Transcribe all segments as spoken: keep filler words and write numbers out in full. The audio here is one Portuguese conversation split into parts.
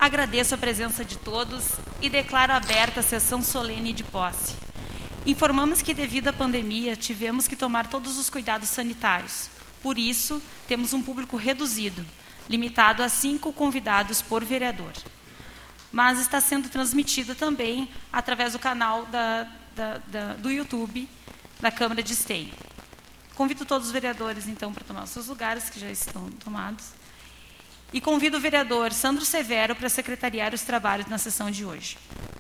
Agradeço a presença de todos e declaro aberta a sessão solene de posse. Informamos que, devido à pandemia, tivemos que tomar todos os cuidados sanitários. Por isso, temos um público reduzido, limitado a cinco convidados por vereador. Mas está sendo transmitida também através do canal da, da, da, do YouTube da Câmara de Esteio. Convido todos os vereadores, então, para tomar os seus lugares, que já estão tomados. E convido o vereador Sandro Severo para secretariar os trabalhos na sessão de hoje.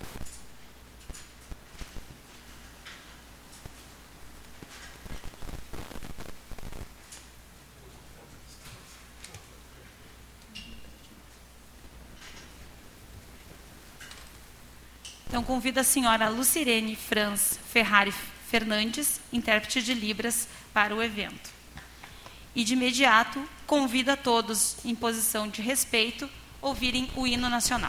Então, convido a senhora Lucirene Franz Ferrari Fernandes, intérprete de Libras, para o evento. E, de imediato, convido a todos, em posição de respeito, ouvirem o hino nacional.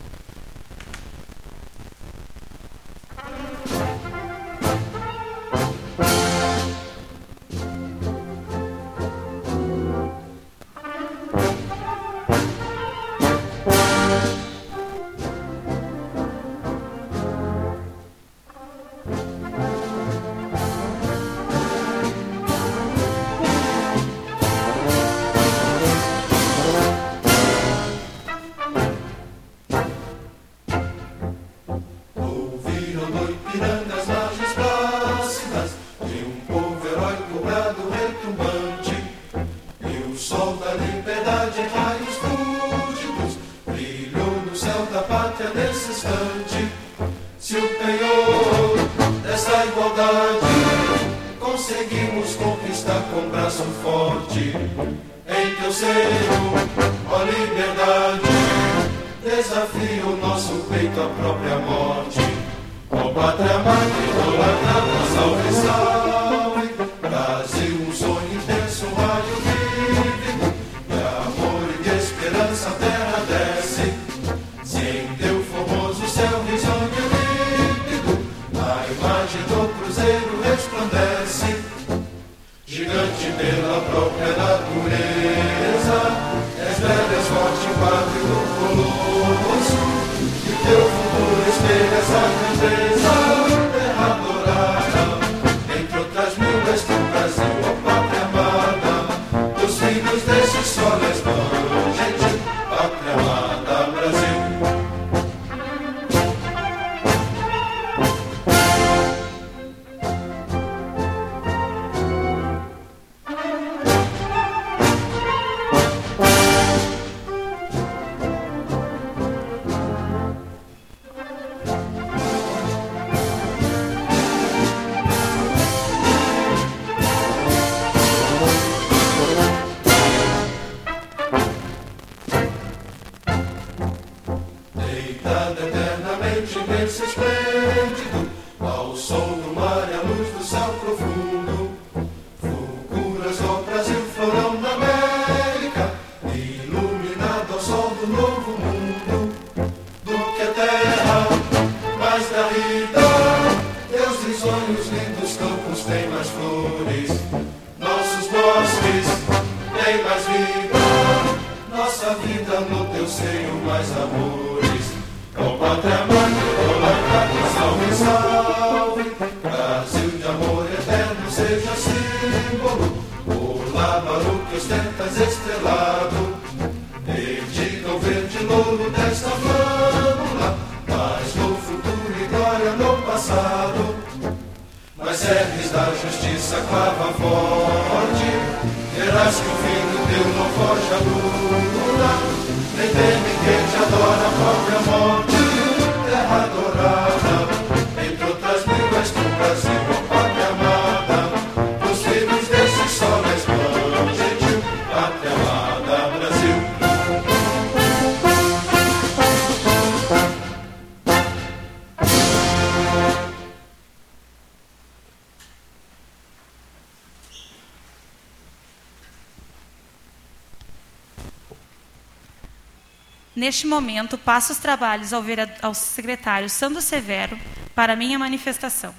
Neste momento, passo os trabalhos ao, ao secretário Sandro Severo para minha manifestação.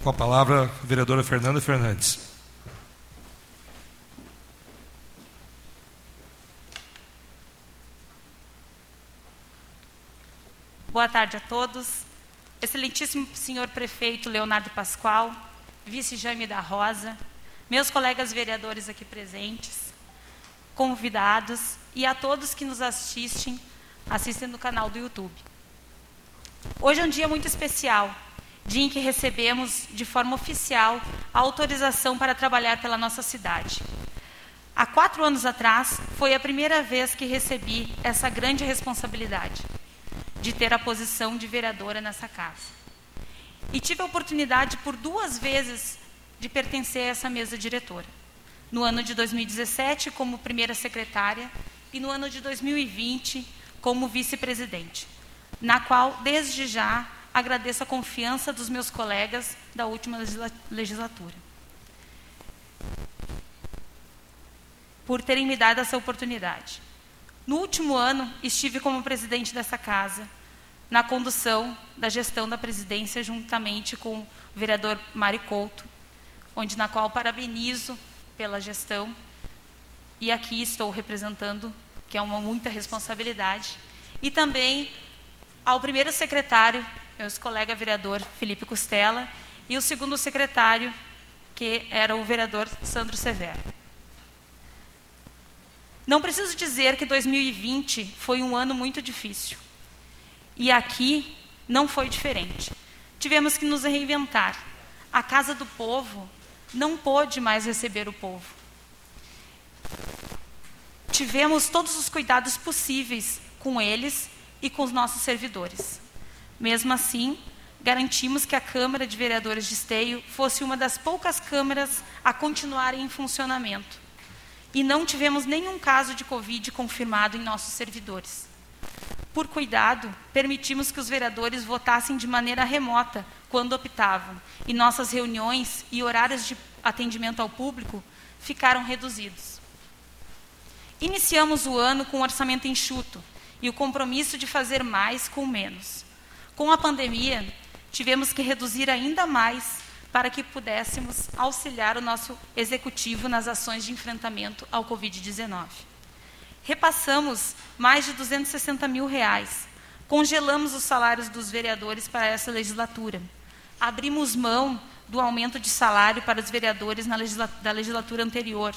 Com a palavra, a vereadora Fernanda Fernandes. Boa tarde a todos. Excelentíssimo senhor prefeito Leonardo Pascoal, vice Jaime da Rosa, meus colegas vereadores aqui presentes, convidados e a todos que nos assistem, assistem no canal do YouTube. Hoje é um dia muito especial, dia em que recebemos de forma oficial a autorização para trabalhar pela nossa cidade. Há quatro anos atrás, foi a primeira vez que recebi essa grande responsabilidade de ter a posição de vereadora nessa casa. E tive a oportunidade por duas vezes de pertencer a essa mesa diretora. No ano de dois mil e dezessete, como primeira secretária, e no ano de dois mil e vinte, como vice-presidente, na qual, desde já, agradeço a confiança dos meus colegas da última legislatura, por terem me dado essa oportunidade. No último ano, estive como presidente dessa casa, na condução da gestão da presidência, juntamente com o vereador Mário Couto, onde, na qual parabenizo pela gestão, e aqui estou representando, que é uma muita responsabilidade, e também ao primeiro secretário, meu colega vereador Felipe Costela, e o segundo secretário, que era o vereador Sandro Severo. Não preciso dizer que dois mil e vinte foi um ano muito difícil. E aqui não foi diferente. Tivemos que nos reinventar. A Casa do Povo não pôde mais receber o povo. Tivemos todos os cuidados possíveis com eles e com os nossos servidores. Mesmo assim, garantimos que a Câmara de Vereadores de Esteio fosse uma das poucas câmaras a continuarem em funcionamento. E não tivemos nenhum caso de Covid confirmado em nossos servidores. Por cuidado, permitimos que os vereadores votassem de maneira remota, quando optavam, e nossas reuniões e horários de atendimento ao público ficaram reduzidos. Iniciamos o ano com um orçamento enxuto e o compromisso de fazer mais com menos. Com a pandemia, tivemos que reduzir ainda mais para que pudéssemos auxiliar o nosso executivo nas ações de enfrentamento ao Covid dezenove. Repassamos mais de duzentos e sessenta mil reais, congelamos os salários dos vereadores para essa legislatura, abrimos mão do aumento de salário para os vereadores na legislatura, da legislatura anterior.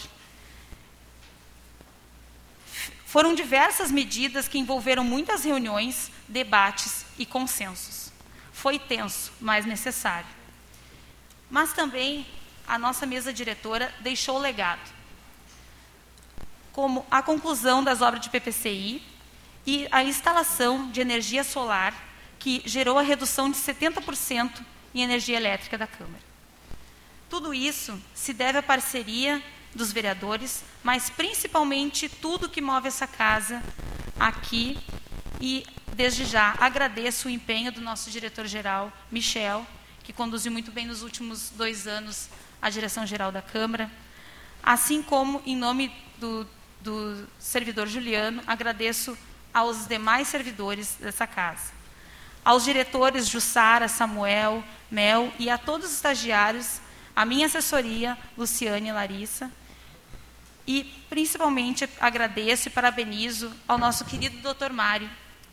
Foram diversas medidas que envolveram muitas reuniões, debates e consensos. Foi tenso, mas necessário. Mas também a nossa mesa diretora deixou legado, como a conclusão das obras de P P C I e a instalação de energia solar, que gerou a redução de setenta por cento em energia elétrica da Câmara. Tudo isso se deve à parceria dos vereadores, mas principalmente tudo que move essa casa aqui, e desde já agradeço o empenho do nosso diretor-geral, Michel, que conduziu muito bem nos últimos dois anos a direção-geral da Câmara, assim como, em nome do, do servidor Juliano, agradeço aos demais servidores dessa casa, aos diretores Jussara, Samuel, Mel e a todos os estagiários, a minha assessoria, Luciane e Larissa, e principalmente agradeço e parabenizo ao nosso querido doutor Mário,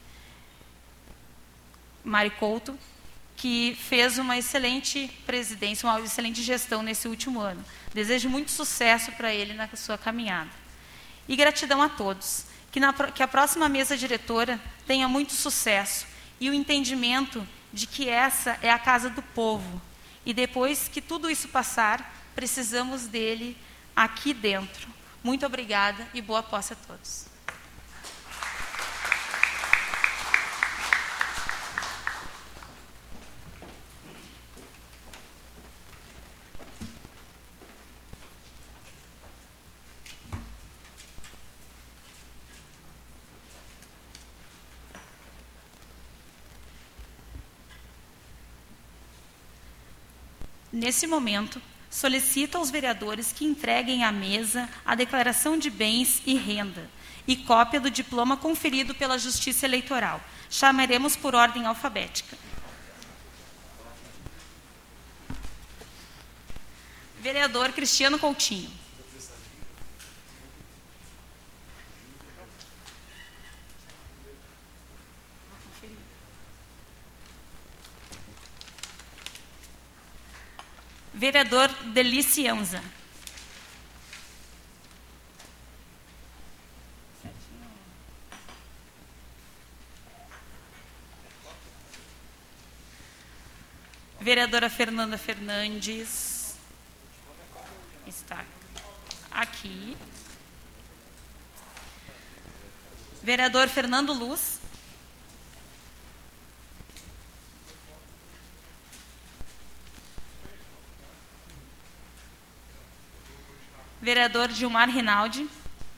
Mário Couto, que fez uma excelente presidência, uma excelente gestão nesse último ano. Desejo muito sucesso para ele na sua caminhada. E gratidão a todos. Que, na, que a próxima mesa diretora tenha muito sucesso e o entendimento de que essa é a casa do povo. E depois que tudo isso passar, precisamos dele aqui dentro. Muito obrigada e boa posse a todos. Nesse momento, solicito aos vereadores que entreguem à mesa a declaração de bens e renda e cópia do diploma conferido pela Justiça Eleitoral. Chamaremos por ordem alfabética. Vereador Cristiano Coutinho. Vereador Delicianza. Vereadora Fernanda Fernandes está aqui. Vereador Fernando Luz. Vereador Gilmar Rinaldi.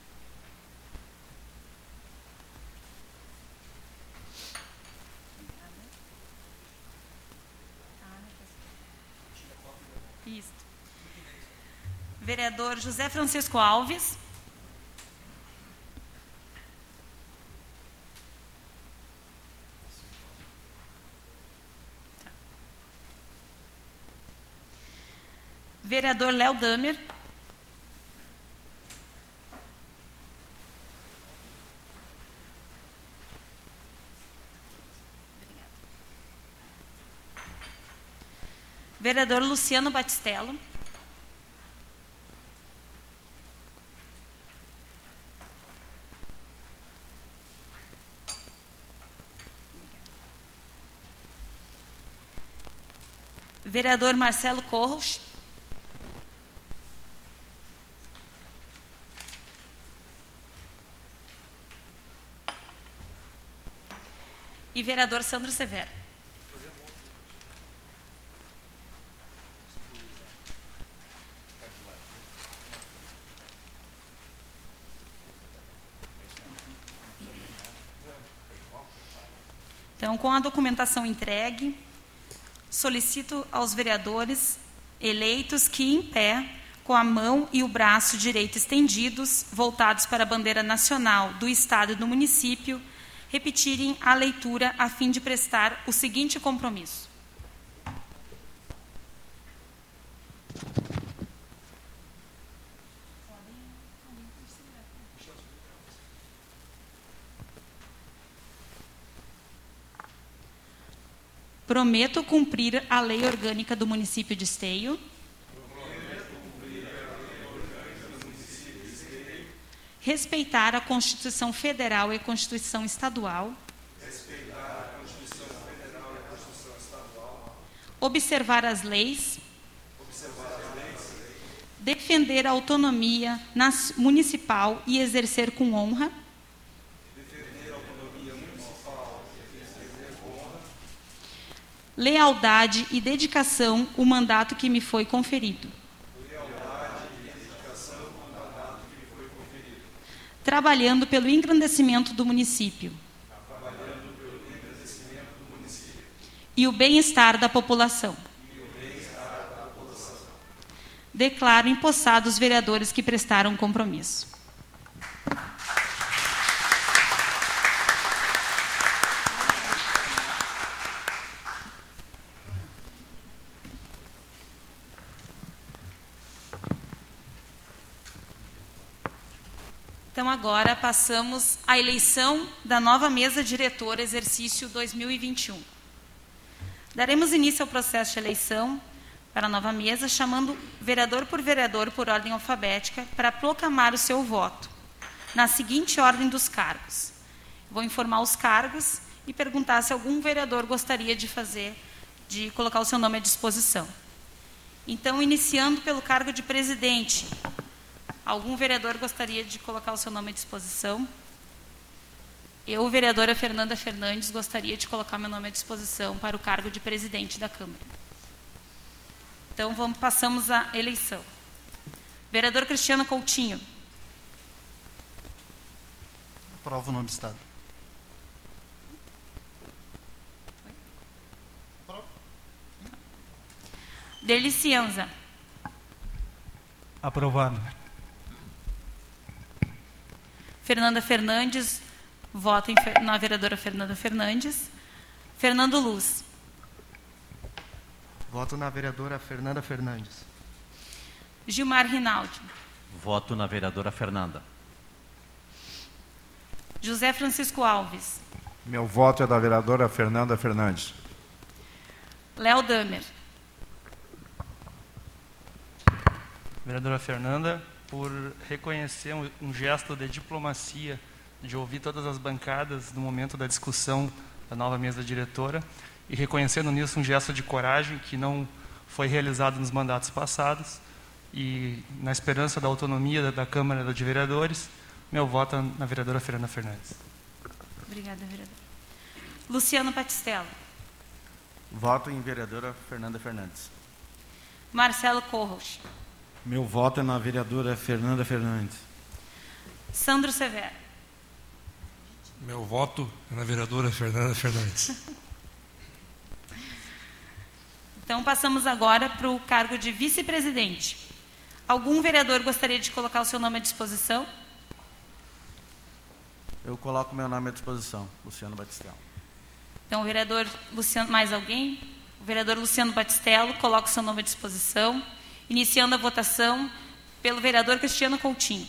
Isso. Vereador José Francisco Alves. Vereador Léo Damer. Vereador Luciano Batistello. Vereador Marcelo Corros. E vereador Sandro Severo. Então, com a documentação entregue, solicito aos vereadores eleitos que, em pé, com a mão e o braço direito estendidos, voltados para a bandeira nacional do Estado e do município, repetirem a leitura a fim de prestar o seguinte compromisso. Prometo cumprir a lei orgânica do município de Esteio. Respeitar a Constituição Federal e a Constituição Estadual. Respeitar a Constituição Federal e a Constituição Estadual. Observar as leis. Observar as leis. Defender a autonomia municipal e exercer com honra. Defender a autonomia municipal e exercer com honra. Lealdade e dedicação o mandato que me foi conferido. Trabalhando pelo engrandecimento do município. Trabalhando pelo engrandecimento do município. E o bem-estar da população. E o bem-estar da população. Declaro empossados os vereadores que prestaram compromisso. Então, agora passamos à eleição da nova mesa diretora, exercício dois mil e vinte e um. Daremos início ao processo de eleição para a nova mesa, chamando vereador por vereador por ordem alfabética para proclamar o seu voto, na seguinte ordem dos cargos. Vou informar os cargos e perguntar se algum vereador gostaria de fazer, de colocar o seu nome à disposição. Então, iniciando pelo cargo de presidente. Algum vereador gostaria de colocar o seu nome à disposição? Eu, vereadora Fernanda Fernandes, gostaria de colocar meu nome à disposição para o cargo de presidente da Câmara. Então, vamos, passamos à eleição. Vereador Cristiano Coutinho. Aprovo o nome do Estado. Delicianza. Aprovado. Fernanda Fernandes, voto em, na vereadora Fernanda Fernandes. Fernando Luz. Voto na vereadora Fernanda Fernandes. Gilmar Rinaldi. Voto na vereadora Fernanda. José Francisco Alves. Meu voto é da vereadora Fernanda Fernandes. Léo Damer. Vereadora Fernanda, por reconhecer um, um gesto de diplomacia, de ouvir todas as bancadas no momento da discussão da nova mesa diretora, e reconhecendo nisso um gesto de coragem que não foi realizado nos mandatos passados, e na esperança da autonomia da, da Câmara de Vereadores, meu voto é na vereadora Fernanda Fernandes. Obrigada, vereador. Luciano Batistello. Voto em vereadora Fernanda Fernandes. Marcelo Corros. Meu voto é na vereadora Fernanda Fernandes. Sandro Severo. Meu voto é na vereadora Fernanda Fernandes. Então, passamos agora para o cargo de vice-presidente. Algum vereador gostaria de colocar o seu nome à disposição? Eu coloco meu nome à disposição, Luciano Batistello. Então, o vereador Luciano, mais alguém? O vereador Luciano Batistello coloca o seu nome à disposição, iniciando a votação pelo vereador Cristiano Coutinho.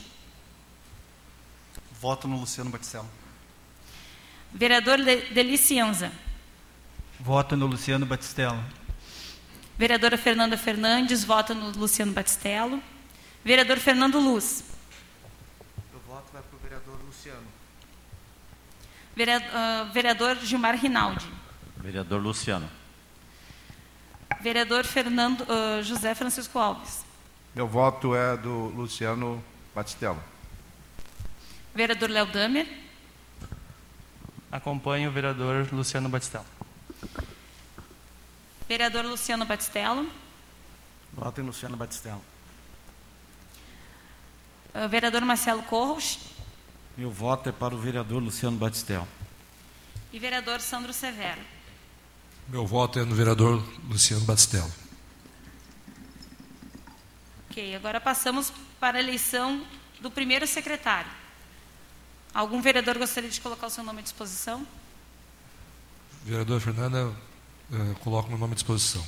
Voto no Luciano Batistello. Vereador Delicienza. Voto no Luciano Batistello. Vereadora Fernanda Fernandes, vota no Luciano Batistello. Vereador Fernando Luz. O voto vai para o vereador Luciano. Vereador, uh, vereador Gilmar Rinaldi. Vereador Luciano. Vereador Fernando, uh, José Francisco Alves. Meu voto é do Luciano Batistello. Vereador Léo Damer. Acompanho o vereador Luciano Batistello. Vereador Luciano Batistello. Voto em Luciano Batistello. Uh, vereador Marcelo Corros. Meu voto é para o vereador Luciano Batistello. E vereador Sandro Severo. Meu voto é no vereador Luciano Batistello. Ok, agora passamos para a eleição do primeiro secretário. Algum vereador gostaria de colocar o seu nome à disposição? Vereadora Fernanda, eh, coloco meu nome à disposição.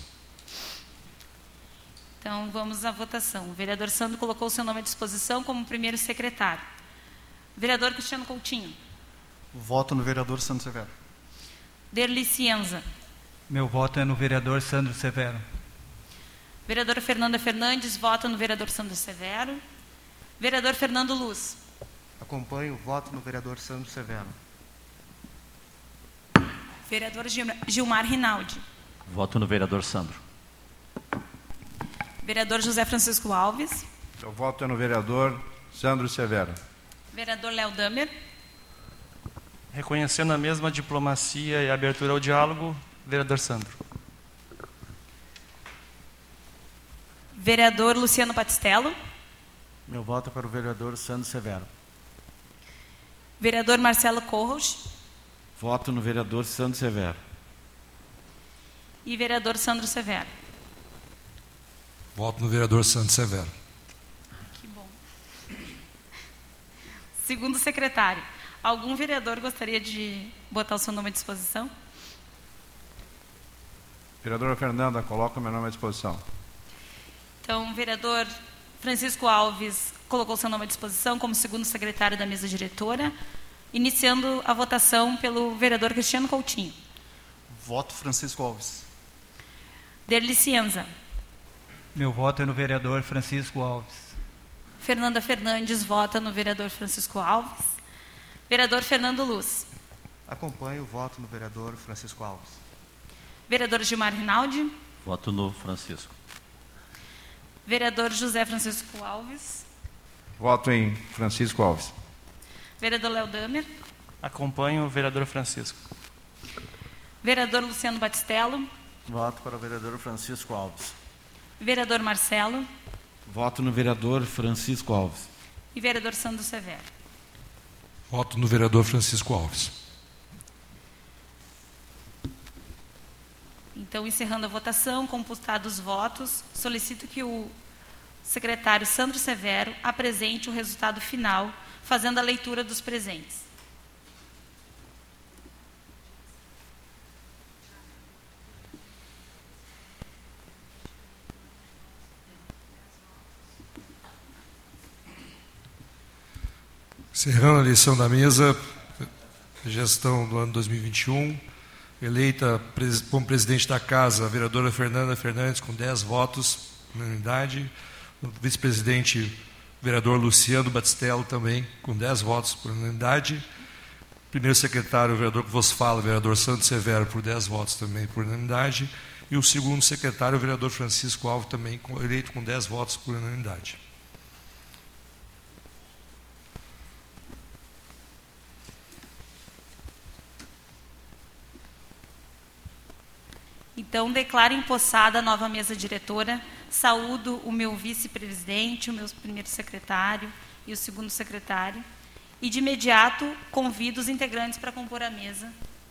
Então, vamos à votação. O vereador Sandro colocou o seu nome à disposição como primeiro secretário. Vereador Cristiano Coutinho. Voto no vereador Sandro Severo. Derlicienza. Meu voto é no vereador Sandro Severo. Vereadora Fernanda Fernandes, vota no vereador Sandro Severo. Vereador Fernando Luz. Acompanho o voto no vereador Sandro Severo. Vereador Gilmar Rinaldi. Voto no vereador Sandro. Vereador José Francisco Alves. Meu voto é no vereador Sandro Severo. Vereador Léo Damer. Reconhecendo a mesma diplomacia e abertura ao diálogo, vereador Sandro. Vereador Luciano Batistello. Meu voto é para o vereador Sandro Severo. Vereador Marcelo Corros. Voto no vereador Sandro Severo. E vereador Sandro Severo. Voto no vereador Sandro Severo. Que bom. Segundo secretário, algum vereador gostaria de botar o seu nome à disposição? Vereadora Fernanda, coloca meu nome à disposição. Então, o vereador Francisco Alves colocou seu nome à disposição como segundo secretário da mesa diretora, iniciando a votação pelo vereador Cristiano Coutinho. Voto Francisco Alves. Derlicienza. Meu voto é no vereador Francisco Alves. Fernanda Fernandes vota no vereador Francisco Alves. Vereador Fernando Luz. Acompanho o voto no vereador Francisco Alves. Vereador Gilmar Rinaldi. Voto no Francisco. Vereador José Francisco Alves. Voto em Francisco Alves. Vereador Léo Damer. Acompanho o vereador Francisco. Vereador Luciano Batistello. Voto para o vereador Francisco Alves. Vereador Marcelo. Voto no vereador Francisco Alves. E vereador Sandro Severo. Voto no vereador Francisco Alves. Então, encerrando a votação, computados os votos, solicito que o secretário Sandro Severo apresente o resultado final, fazendo a leitura dos presentes. Encerrando a eleição da mesa, gestão do ano dois mil e vinte e um, eleita como presidente da Casa a vereadora Fernanda Fernandes, com dez votos, unanimidade. O vice-presidente, vereador Luciano Batistello, também com dez votos por unanimidade. Primeiro secretário, o vereador que vos fala, vereador Santos Severo, por dez votos também por unanimidade. E o segundo secretário, o vereador Francisco Alves, também eleito com dez votos por unanimidade. Então, declaro empossada a nova mesa diretora. Saúdo o meu vice-presidente, o meu primeiro secretário e o segundo secretário. E, de imediato, convido os integrantes para compor a mesa.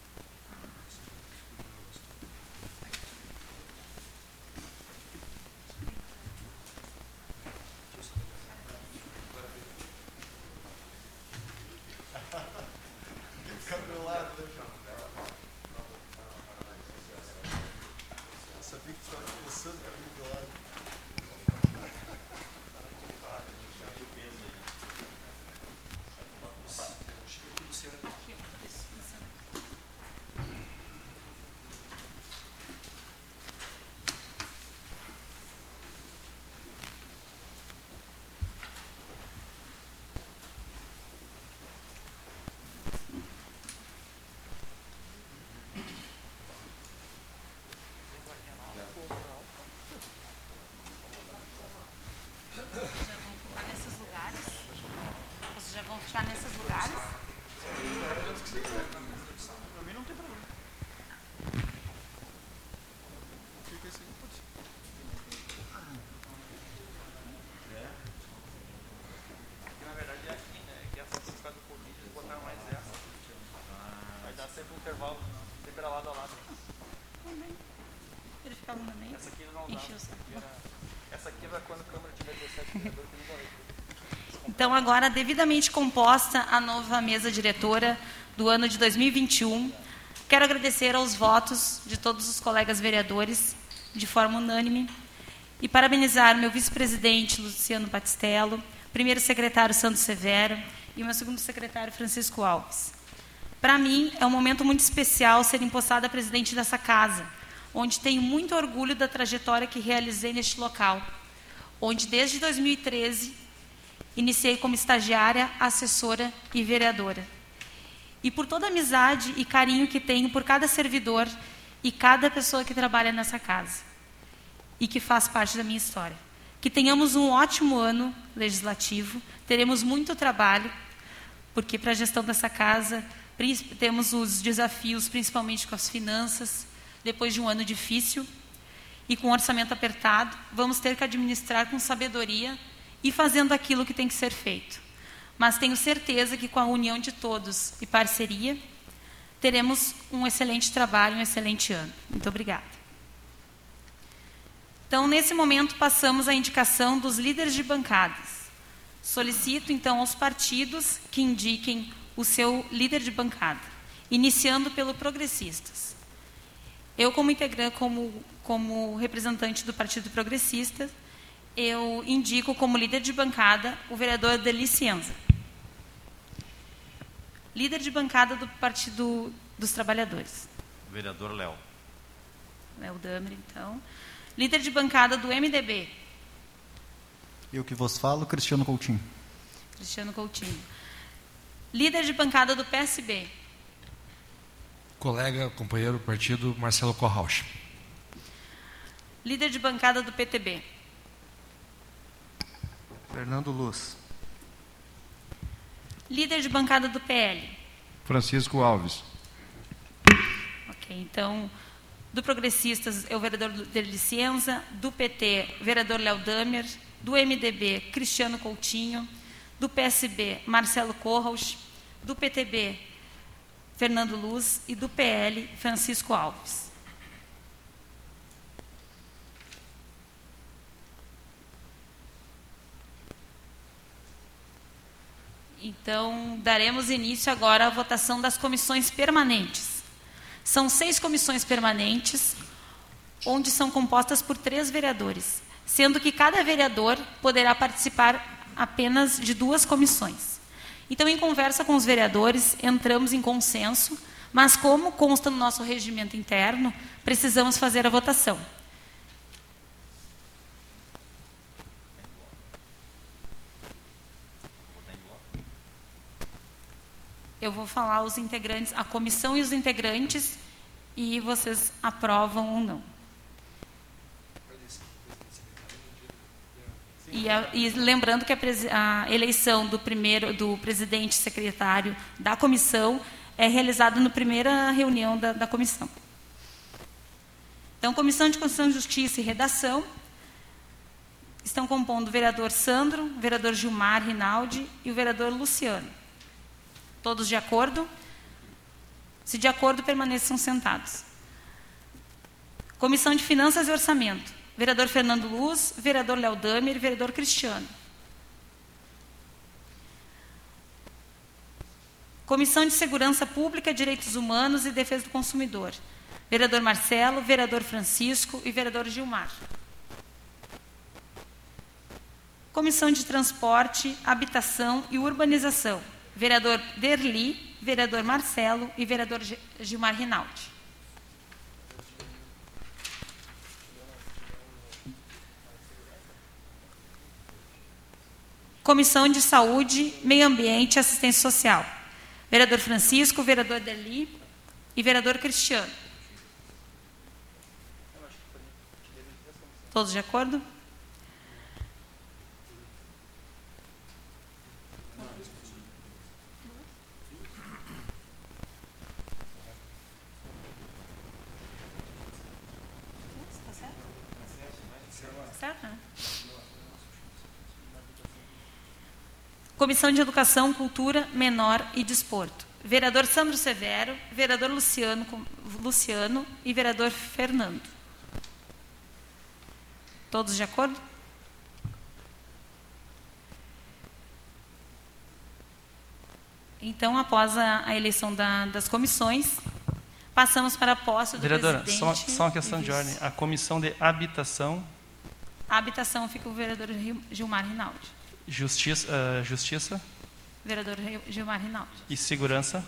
Então, agora, devidamente composta a nova mesa diretora do ano de dois mil e vinte e um, quero agradecer aos votos de todos os colegas vereadores, de forma unânime, e parabenizar meu vice-presidente, Luciano Batistello, primeiro secretário Santos Severo e meu segundo secretário, Francisco Alves. Para mim, é um momento muito especial ser empossada presidente dessa casa, onde tenho muito orgulho da trajetória que realizei neste local, onde, desde dois mil e treze, iniciei como estagiária, assessora e vereadora. E por toda a amizade e carinho que tenho por cada servidor e cada pessoa que trabalha nessa casa e que faz parte da minha história. Que tenhamos um ótimo ano legislativo, teremos muito trabalho, porque para a gestão dessa casa temos os desafios, principalmente com as finanças, depois de um ano difícil e com um orçamento apertado, vamos ter que administrar com sabedoria e fazendo aquilo que tem que ser feito. Mas tenho certeza que com a união de todos e parceria, teremos um excelente trabalho, um excelente ano. Muito obrigada. Então, nesse momento, passamos à indicação dos líderes de bancadas. Solicito, então, aos partidos que indiquem o seu líder de bancada, iniciando pelo Progressistas. Eu, como integrante, como, como representante do Partido Progressista, eu indico como líder de bancada o vereador Delicienza. Líder de bancada do Partido dos Trabalhadores. Vereador Léo. Léo Damer, então. Líder de bancada do M D B. Eu que vos falo, Cristiano Coutinho. Cristiano Coutinho. Líder de bancada do P S B. Colega, companheiro, partido, Marcelo Corrauch. Líder de bancada do P T B. Fernando Luz. Líder de bancada do P L. Francisco Alves. Ok, então, do Progressistas é o vereador Delicienza, do P T, vereador Léo Damer, do M D B, Cristiano Coutinho, do P S B, Marcelo Corrauch, do P T B, Fernando Luz e do P L, Francisco Alves. Então, daremos início agora à votação das comissões permanentes. São seis comissões permanentes, onde são compostas por três vereadores, sendo que cada vereador poderá participar apenas de duas comissões. Então, em conversa com os vereadores, entramos em consenso, mas como consta no nosso regimento interno, precisamos fazer a votação. Eu vou falar os integrantes, a comissão e os integrantes, e vocês aprovam ou não. E, a, e lembrando que a, a eleição do primeiro do presidente secretário da comissão é realizada na primeira reunião da, da comissão. Então, Comissão de Constituição, Justiça e Redação estão compondo o vereador Sandro, o vereador Gilmar Rinaldi e o vereador Luciano. Todos de acordo? Se de acordo, permaneçam sentados. Comissão de Finanças e Orçamento. Vereador Fernando Luz, vereador Léo Damer e vereador Cristiano. Comissão de Segurança Pública, Direitos Humanos e Defesa do Consumidor. Vereador Marcelo, vereador Francisco e vereador Gilmar. Comissão de Transporte, Habitação e Urbanização. Vereador Derli, vereador Marcelo e vereador Gilmar Rinaldi. Comissão de Saúde, Meio Ambiente e Assistência Social. Vereador Francisco, vereador Derli e vereador Cristiano. Todos de acordo? Comissão de Educação, Cultura, Menor e Desporto. Vereador Sandro Severo, vereador Luciano, Luciano e vereador Fernando. Todos de acordo? Então, após a, a eleição da, das comissões, passamos para a posse do Vereadora, presidente. Só, só uma questão de ordem. A Comissão de Habitação... A habitação fica o vereador Gilmar Rinaldi. Justiça, uh, Justiça... Vereador Gilmar Rinaldi. E Segurança...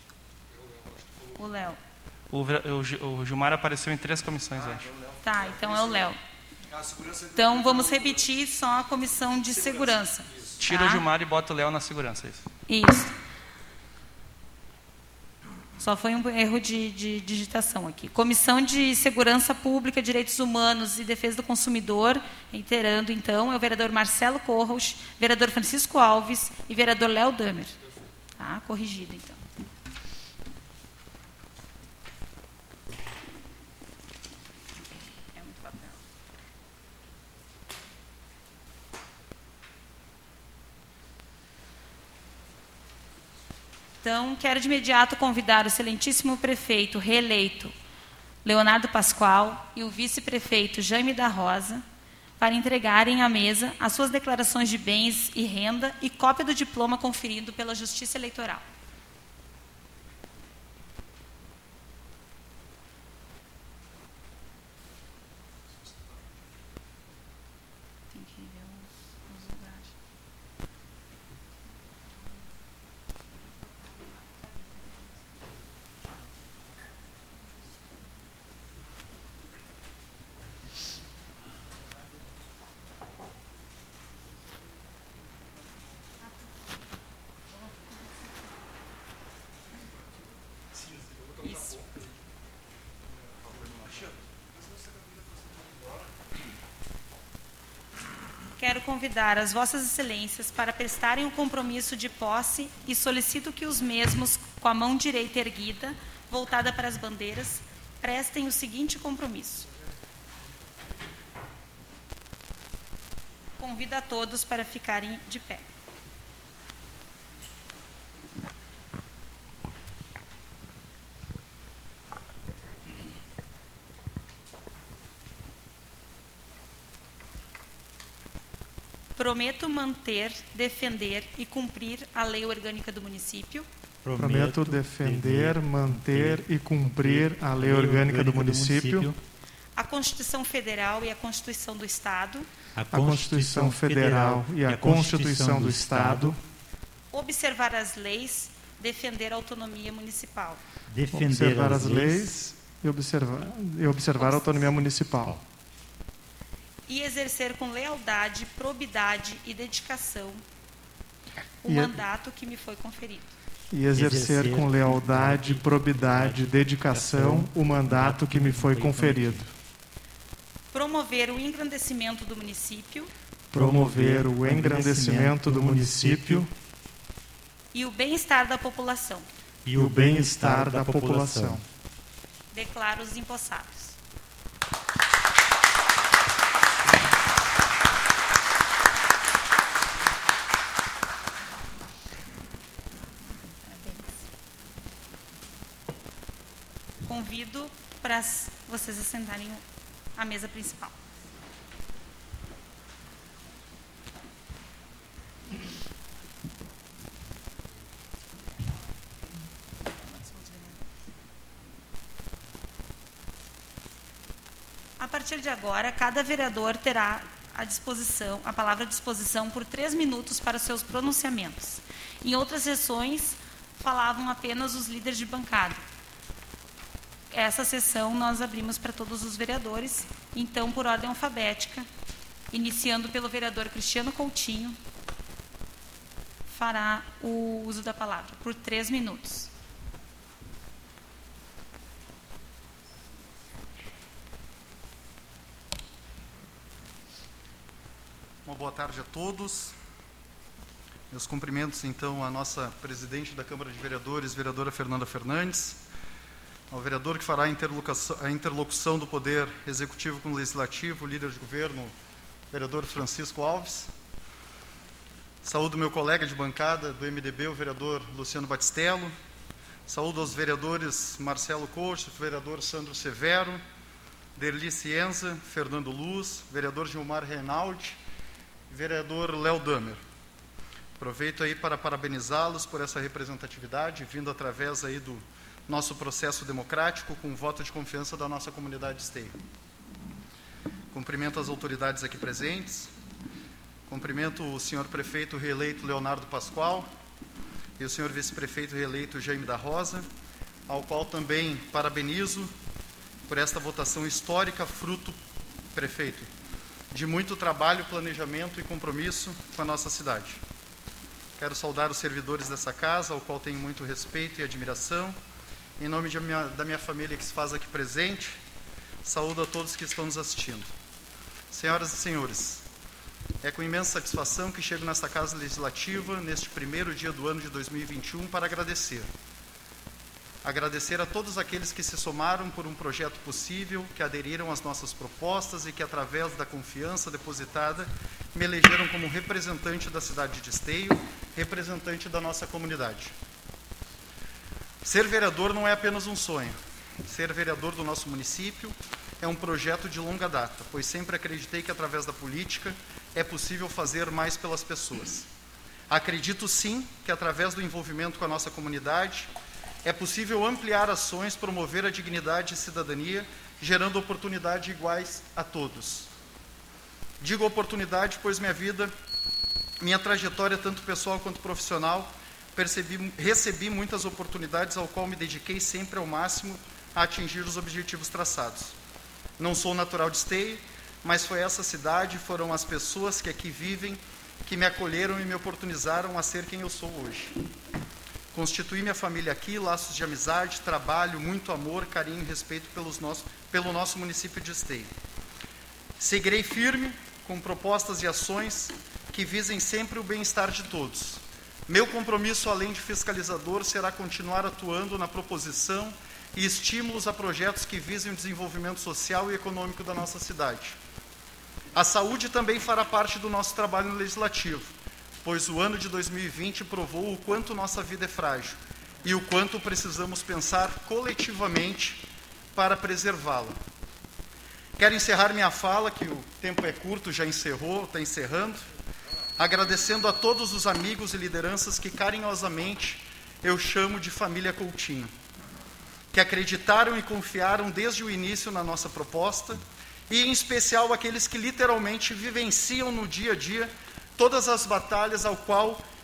O Léo. O, o, o Gilmar apareceu em três comissões, eu acho. Tá, então é o Léo. Então, vamos repetir só a Comissão de Segurança. Tira tá? o Gilmar e bota o Léo na Segurança, isso. Isso. Só foi um erro de, de digitação aqui. Comissão de Segurança Pública, Direitos Humanos e Defesa do Consumidor, reiterando, então, é o vereador Marcelo Corros, vereador Francisco Alves e vereador Léo Damer. Tá? Corrigido, então. É muito papel. Então, quero de imediato convidar o excelentíssimo prefeito reeleito, Leonardo Pascoal, e o vice-prefeito Jaime da Rosa, para entregarem à mesa as suas declarações de bens e renda e cópia do diploma conferido pela Justiça Eleitoral. Tem que ver os, os lugares. Isso. Quero convidar as vossas excelências para prestarem o compromisso de posse e solicito que os mesmos, com a mão direita erguida, voltada para as bandeiras, prestem o seguinte compromisso. Convido a todos para ficarem de pé. Prometo manter, defender e cumprir a lei orgânica do município. Prometo defender, manter e cumprir a lei orgânica do município. A Constituição Federal e a Constituição do Estado. A Constituição Federal e a Constituição do Estado. observar as leis, defender a autonomia municipal. Defender observar as leis e observar, e observar a autonomia municipal. E exercer com lealdade, probidade e dedicação o e mandato que me foi conferido. E exercer com lealdade, probidade e dedicação o mandato que me foi conferido. Promover o engrandecimento do município. Promover o engrandecimento do município. E o bem-estar da população. E o bem-estar da população. Declaro os empossados. Convido para vocês assentarem à mesa principal. A partir de agora, cada vereador terá à disposição, a palavra à disposição por três minutos para os seus pronunciamentos. Em outras sessões, falavam apenas os líderes de bancada. Essa sessão nós abrimos para todos os vereadores, então, por ordem alfabética, iniciando pelo vereador Cristiano Coutinho, fará o uso da palavra por três minutos. Uma boa tarde a todos. Meus cumprimentos, então, à nossa presidente da Câmara de Vereadores, vereadora Fernanda Fernandes, ao vereador que fará a interlocução, a interlocução do Poder Executivo com o Legislativo, o líder de governo, vereador Francisco Alves. Saúdo meu colega de bancada do M D B, o vereador Luciano Batistello. Saúdo aos vereadores Marcelo Coach, vereador Sandro Severo, Derli Cienza, Fernando Luz, vereador Gilmar Reinaldi, vereador Léo Damer. Aproveito aí para parabenizá-los por essa representatividade, vindo através aí do nosso processo democrático, com o voto de confiança da nossa comunidade de Esteio. Cumprimento as autoridades aqui presentes, cumprimento o senhor prefeito reeleito Leonardo Pascoal e o senhor vice-prefeito reeleito Jaime da Rosa, ao qual também parabenizo por esta votação histórica, fruto, prefeito, de muito trabalho, planejamento e compromisso com a nossa cidade. Quero saudar os servidores dessa casa, ao qual tenho muito respeito e admiração. Em nome de minha, da minha família que se faz aqui presente, saúdo a todos que estão nos assistindo. Senhoras e senhores, é com imensa satisfação que chego nesta Casa Legislativa, neste primeiro dia do ano de dois mil e vinte e um, para agradecer. Agradecer a todos aqueles que se somaram por um projeto possível, que aderiram às nossas propostas e que, através da confiança depositada, me elegeram como representante da cidade de Esteio, representante da nossa comunidade. Ser vereador não é apenas um sonho. Ser vereador do nosso município é um projeto de longa data, pois sempre acreditei que, através da política, é possível fazer mais pelas pessoas. Acredito, sim, que, através do envolvimento com a nossa comunidade, é possível ampliar ações, promover a dignidade e cidadania, gerando oportunidades iguais a todos. Digo oportunidade, pois minha vida, minha trajetória, tanto pessoal quanto profissional, percebi, recebi muitas oportunidades, ao qual me dediquei sempre ao máximo a atingir os objetivos traçados. Não sou natural de Esteio, mas foi essa cidade, foram as pessoas que aqui vivem, que me acolheram e me oportunizaram a ser quem eu sou hoje. Constituí minha família aqui, laços de amizade, trabalho, muito amor, carinho e respeito pelos nosso, pelo nosso município de Esteio. Seguirei firme com propostas e ações que visem sempre o bem-estar de todos. Meu compromisso, além de fiscalizador, será continuar atuando na proposição e estímulos a projetos que visem o desenvolvimento social e econômico da nossa cidade. A saúde também fará parte do nosso trabalho no Legislativo, pois o ano de dois mil e vinte provou o quanto nossa vida é frágil e o quanto precisamos pensar coletivamente para preservá-la. Quero encerrar minha fala, que o tempo é curto, já encerrou, está encerrando, agradecendo a todos os amigos e lideranças que carinhosamente eu chamo de família Coutinho, que acreditaram e confiaram desde o início na nossa proposta, e em especial aqueles que literalmente vivenciam no dia a dia todas as batalhas ao qual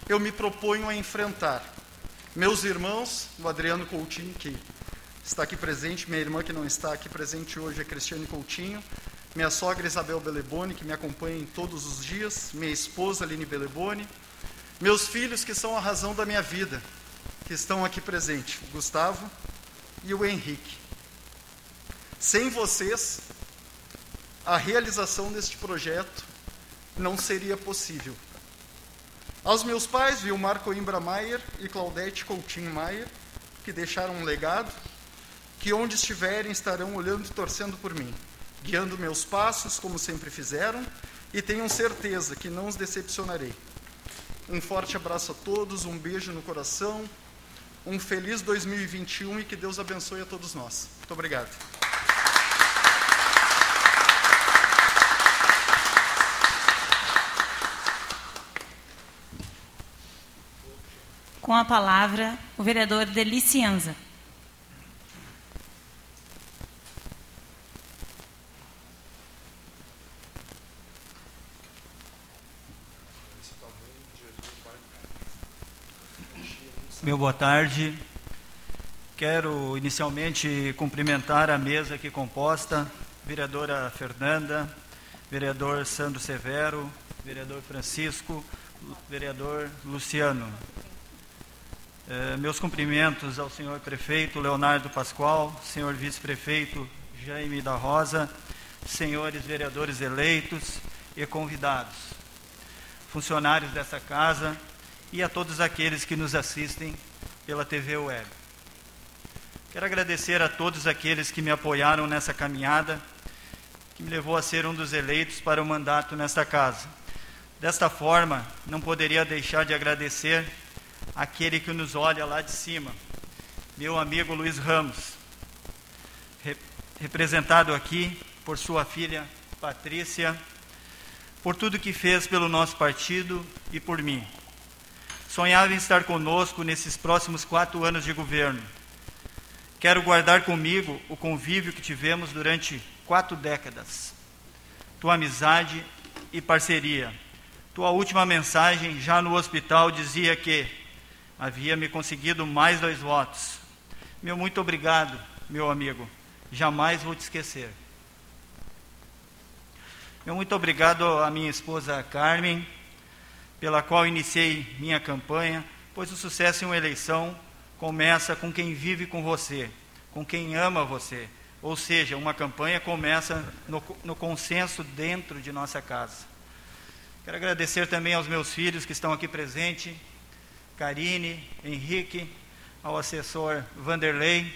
eu me proponho a enfrentar. Meus irmãos, o Adriano Coutinho, que está aqui presente, minha irmã que não está aqui presente hoje é Cristiane Coutinho, minha sogra Isabel Beleboni, que me acompanha em todos os dias, minha esposa Aline Beleboni, meus filhos que são a razão da minha vida, que estão aqui presentes, o Gustavo e o Henrique. Sem vocês, a realização deste projeto não seria possível. Aos meus pais, Vilmar Coimbra Maier e Claudete Coutinho Maier, que deixaram um legado, que onde estiverem estarão olhando e torcendo por mim, guiando meus passos, como sempre fizeram, e tenham certeza que não os decepcionarei. Um forte abraço a todos, um beijo no coração, um feliz dois mil e vinte e um e que Deus abençoe a todos nós. Muito obrigado. Com a palavra, o vereador Deli Cianza. Meu boa tarde. Quero inicialmente cumprimentar a mesa aqui composta, vereadora Fernanda, vereador Sandro Severo, vereador Francisco, vereador Luciano. Eh, meus cumprimentos ao senhor prefeito Leonardo Pascoal, senhor vice-prefeito Jaime da Rosa, senhores vereadores eleitos e convidados, funcionários dessa casa e a todos aqueles que nos assistem pela T V Web. Quero agradecer a todos aqueles que me apoiaram nessa caminhada, que me levou a ser um dos eleitos para o mandato nesta casa. Desta forma, não poderia deixar de agradecer aquele que nos olha lá de cima, meu amigo Luiz Ramos, re- representado aqui por sua filha Patrícia, por tudo que fez pelo nosso partido e por mim. Sonhava em estar conosco nesses próximos quatro anos de governo. Quero guardar comigo o convívio que tivemos durante quatro décadas, tua amizade e parceria. Tua última mensagem já no hospital dizia que havia me conseguido mais dois votos. Meu muito obrigado, meu amigo. Jamais vou te esquecer. Meu muito obrigado à minha esposa Carmen, pela qual iniciei minha campanha, pois o sucesso em uma eleição começa com quem vive com você, com quem ama você. Ou seja, uma campanha começa no, no consenso dentro de nossa casa. Quero agradecer também aos meus filhos que estão aqui presentes, Karine, Henrique, ao assessor Vanderlei.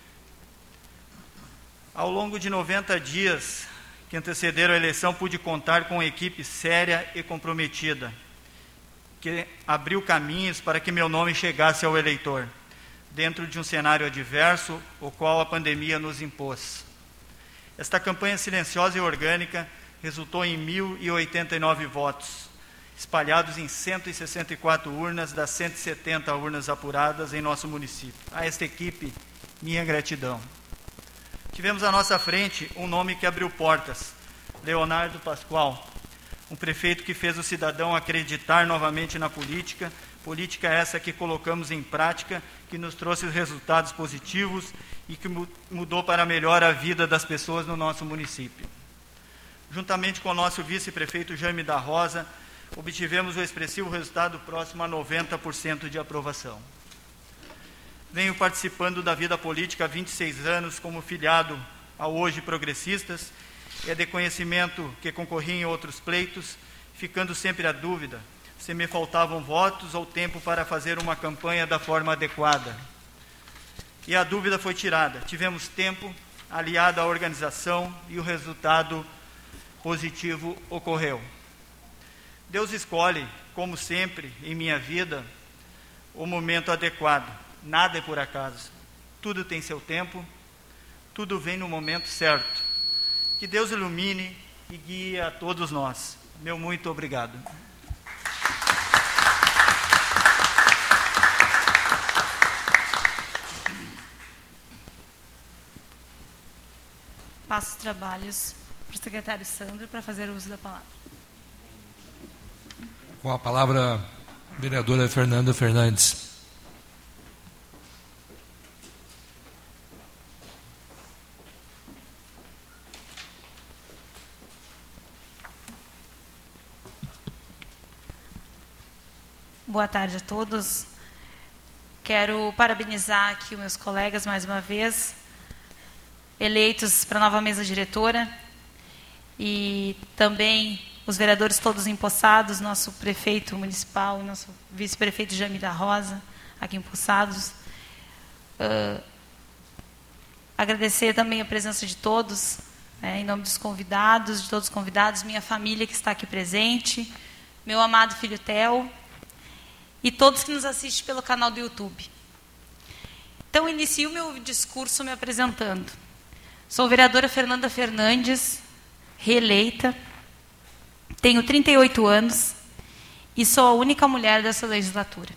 Ao longo de noventa dias que antecederam a eleição, pude contar com uma equipe séria e comprometida, que abriu caminhos para que meu nome chegasse ao eleitor, dentro de um cenário adverso, o qual a pandemia nos impôs. Esta campanha silenciosa e orgânica resultou em mil e oitenta e nove votos, espalhados em cento e sessenta e quatro urnas das cento e setenta urnas apuradas em nosso município. A esta equipe, minha gratidão. Tivemos à nossa frente um nome que abriu portas, Leonardo Pascoal, um prefeito que fez o cidadão acreditar novamente na política, política essa que colocamos em prática, que nos trouxe resultados positivos e que mudou para melhor a vida das pessoas no nosso município. Juntamente com o nosso vice-prefeito Jaime da Rosa, obtivemos o expressivo resultado próximo a noventa por cento de aprovação. Venho participando da vida política há vinte e seis anos como filiado ao Hoje Progressistas. É de conhecimento que concorri em outros pleitos, ficando sempre a dúvida se me faltavam votos ou tempo para fazer uma campanha da forma adequada. E a dúvida foi tirada. Tivemos tempo, aliado à organização, e o resultado positivo ocorreu. Deus escolhe, como sempre em minha vida, o momento adequado. Nada é por acaso. Tudo tem seu tempo, tudo vem no momento certo. Que Deus ilumine e guie a todos nós. Meu muito obrigado. Passo os trabalhos para o secretário Sandro para fazer uso da palavra. Com a palavra, Vereadora Fernanda Fernandes. Boa tarde a todos. Quero parabenizar aqui os meus colegas mais uma vez, eleitos para a nova mesa diretora, e também os vereadores todos empossados, nosso prefeito municipal, nosso vice-prefeito Jaime da Rosa, aqui empossados. Uh, agradecer também a presença de todos, né, em nome dos convidados, de todos os convidados, minha família que está aqui presente, meu amado filho Theo, e todos que nos assistem pelo canal do YouTube. Então, inicio meu discurso me apresentando. Sou vereadora Fernanda Fernandes, reeleita, tenho trinta e oito anos e sou a única mulher dessa legislatura.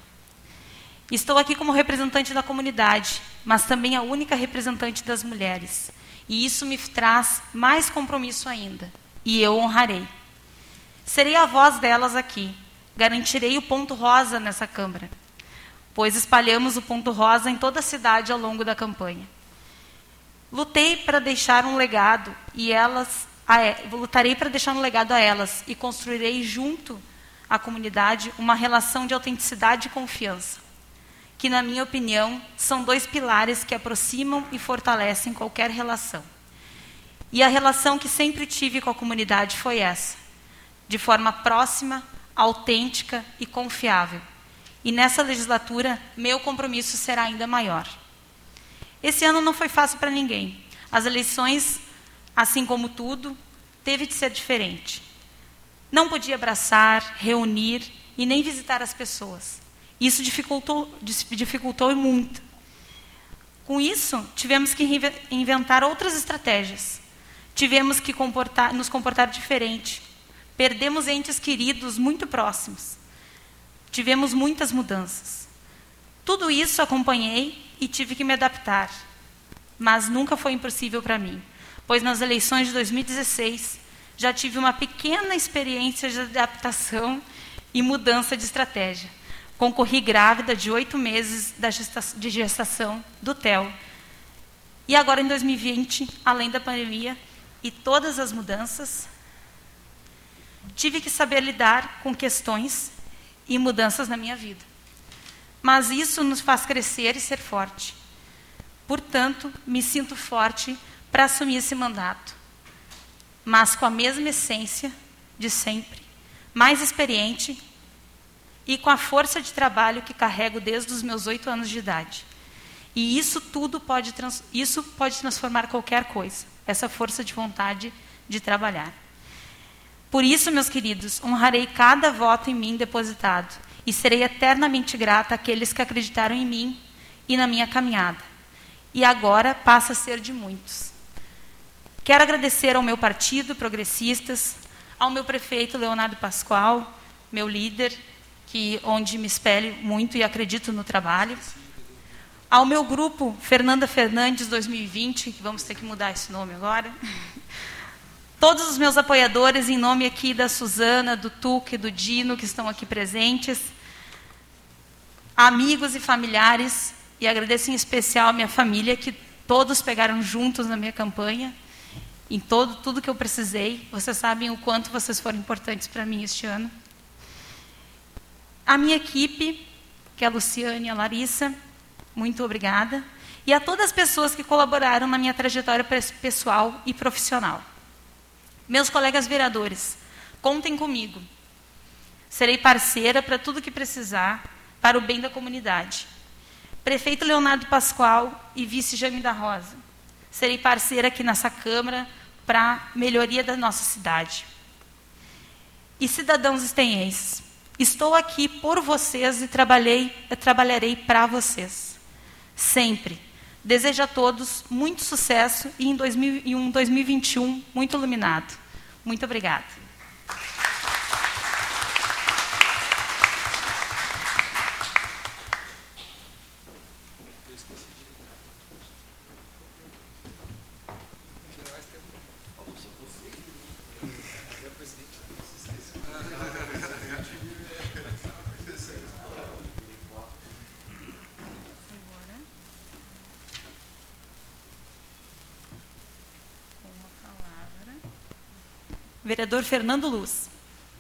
Estou aqui como representante da comunidade, mas também a única representante das mulheres. E isso me traz mais compromisso ainda, e eu honrarei. Serei a voz delas aqui. Garantirei o ponto rosa nessa Câmara, pois espalhamos o ponto rosa em toda a cidade ao longo da campanha. Lutei para deixar um legado e elas, a, lutarei para deixar um legado a elas e construirei junto à comunidade uma relação de autenticidade e confiança, que, na minha opinião, são dois pilares que aproximam e fortalecem qualquer relação. E a relação que sempre tive com a comunidade foi essa, de forma próxima, autêntica e confiável. E nessa legislatura, meu compromisso será ainda maior. Esse ano não foi fácil para ninguém. As eleições, assim como tudo, teve de ser diferente. Não podia abraçar, reunir e nem visitar as pessoas. Isso dificultou, dificultou muito. Com isso, tivemos que inventar outras estratégias. Tivemos que comportar, nos comportar diferente. Perdemos entes queridos muito próximos. Tivemos muitas mudanças. Tudo isso acompanhei e tive que me adaptar. Mas nunca foi impossível para mim, pois nas eleições de dois mil e dezesseis já tive uma pequena experiência de adaptação e mudança de estratégia. Concorri grávida de oito meses da gesta de gestação do Theo. E agora, em dois mil e vinte, além da pandemia e todas as mudanças, tive que saber lidar com questões e mudanças na minha vida. Mas isso nos faz crescer e ser forte. Portanto, me sinto forte para assumir esse mandato, mas com a mesma essência de sempre, mais experiente e com a força de trabalho que carrego desde os meus oito anos de idade. E isso tudo pode, trans isso pode transformar qualquer coisa, essa força de vontade de trabalhar. Por isso, meus queridos, honrarei cada voto em mim depositado e serei eternamente grata àqueles que acreditaram em mim e na minha caminhada. E agora passa a ser de muitos. Quero agradecer ao meu partido, Progressistas, ao meu prefeito, Leonardo Pascoal, meu líder, que, onde me espelho muito e acredito no trabalho, ao meu grupo, Fernanda Fernandes dois mil e vinte, que vamos ter que mudar esse nome agora, todos os meus apoiadores, em nome aqui da Suzana, do Tuque, do Dino, que estão aqui presentes, amigos e familiares, e agradeço em especial a minha família, que todos pegaram juntos na minha campanha, em todo, tudo que eu precisei. Vocês sabem o quanto vocês foram importantes para mim este ano. A minha equipe, que é a Luciane e a Larissa, muito obrigada. E a todas as pessoas que colaboraram na minha trajetória pessoal e profissional. Meus colegas vereadores, contem comigo. Serei parceira para tudo que precisar para o bem da comunidade. Prefeito Leonardo Pascoal e vice Jaime da Rosa. Serei parceira aqui nessa Câmara para a melhoria da nossa cidade. E cidadãos estenhenses, estou aqui por vocês e trabalhei, eu trabalharei para vocês. Sempre. Desejo a todos muito sucesso e em dois mil e um, dois mil e vinte e um muito iluminado. Muito obrigada. Vereador Fernando Luz.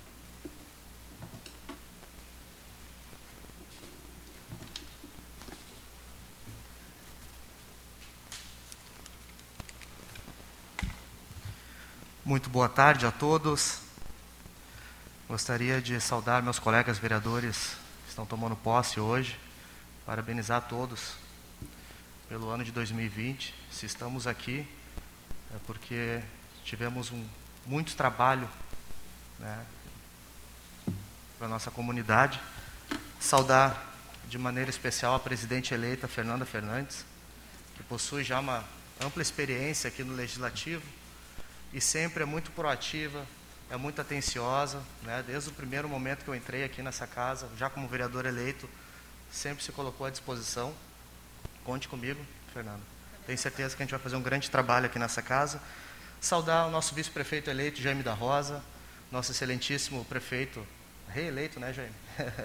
Muito boa tarde a todos. Gostaria de saudar meus colegas vereadores que estão tomando posse hoje, parabenizar a todos pelo ano de dois mil e vinte. Se estamos aqui é porque tivemos um, muito trabalho, né, para a nossa comunidade. Saudar de maneira especial a presidente eleita Fernanda Fernandes, que possui já uma ampla experiência aqui no Legislativo e sempre é muito proativa, é muito atenciosa, né? Desde o primeiro momento que eu entrei aqui nessa casa, já como vereador eleito, sempre se colocou à disposição. Conte comigo, Fernanda. Tenho certeza que a gente vai fazer um grande trabalho aqui nessa casa. Saudar o nosso vice-prefeito eleito, Jaime da Rosa, nosso excelentíssimo prefeito, reeleito, né, Jaime?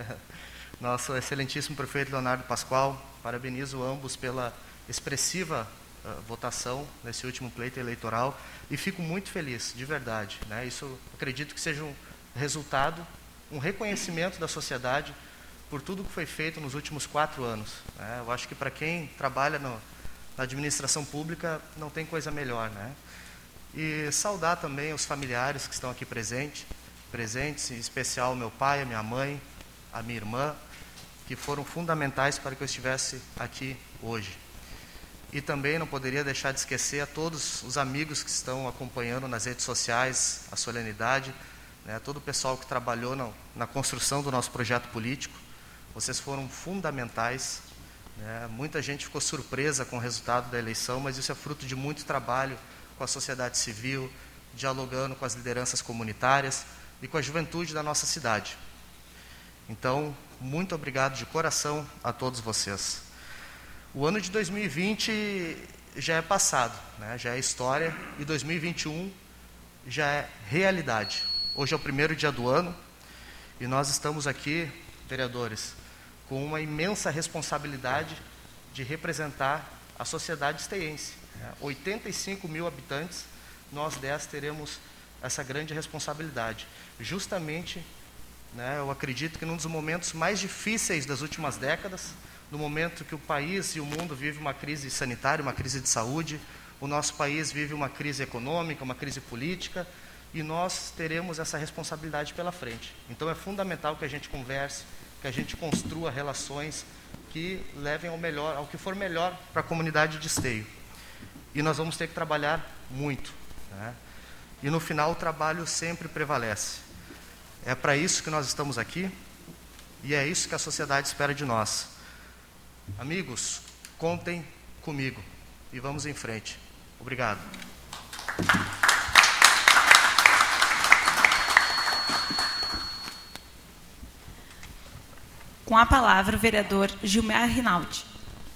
Nosso excelentíssimo prefeito Leonardo Pascoal. Parabenizo ambos pela expressiva uh, votação nesse último pleito eleitoral e fico muito feliz, de verdade, né? Isso acredito que seja um resultado, um reconhecimento da sociedade por tudo que foi feito nos últimos quatro anos, né? Eu acho que para quem trabalha no, na administração pública não tem coisa melhor, né? E saudar também os familiares que estão aqui presentes, presentes, em especial meu pai, a minha mãe, a minha irmã, que foram fundamentais para que eu estivesse aqui hoje. E também não poderia deixar de esquecer a todos os amigos que estão acompanhando nas redes sociais a solenidade, né, todo o pessoal que trabalhou na, na construção do nosso projeto político. Vocês foram fundamentais, né? Muita gente ficou surpresa com o resultado da eleição, mas isso é fruto de muito trabalho com a sociedade civil, dialogando com as lideranças comunitárias e com a juventude da nossa cidade. Então, muito obrigado de coração a todos vocês. O ano de dois mil e vinte já é passado, né? Já é história, e dois mil e vinte e um já é realidade. Hoje é o primeiro dia do ano e nós estamos aqui, vereadores, com uma imensa responsabilidade de representar a sociedade esteiense. Né? oitenta e cinco mil habitantes, nós dez teremos essa grande responsabilidade. Justamente, né, eu acredito que num dos momentos mais difíceis das últimas décadas, no momento que o país e o mundo vivem uma crise sanitária, uma crise de saúde, o nosso país vive uma crise econômica, uma crise política, e nós teremos essa responsabilidade pela frente. Então é fundamental que a gente converse, que a gente construa relações que levem ao melhor, ao que for melhor para a comunidade de Esteio. E nós vamos ter que trabalhar muito, né? E no final o trabalho sempre prevalece. É para isso que nós estamos aqui e é isso que a sociedade espera de nós. Amigos, contem comigo e vamos em frente. Obrigado. Com a palavra, o vereador Gilmar Rinaldi.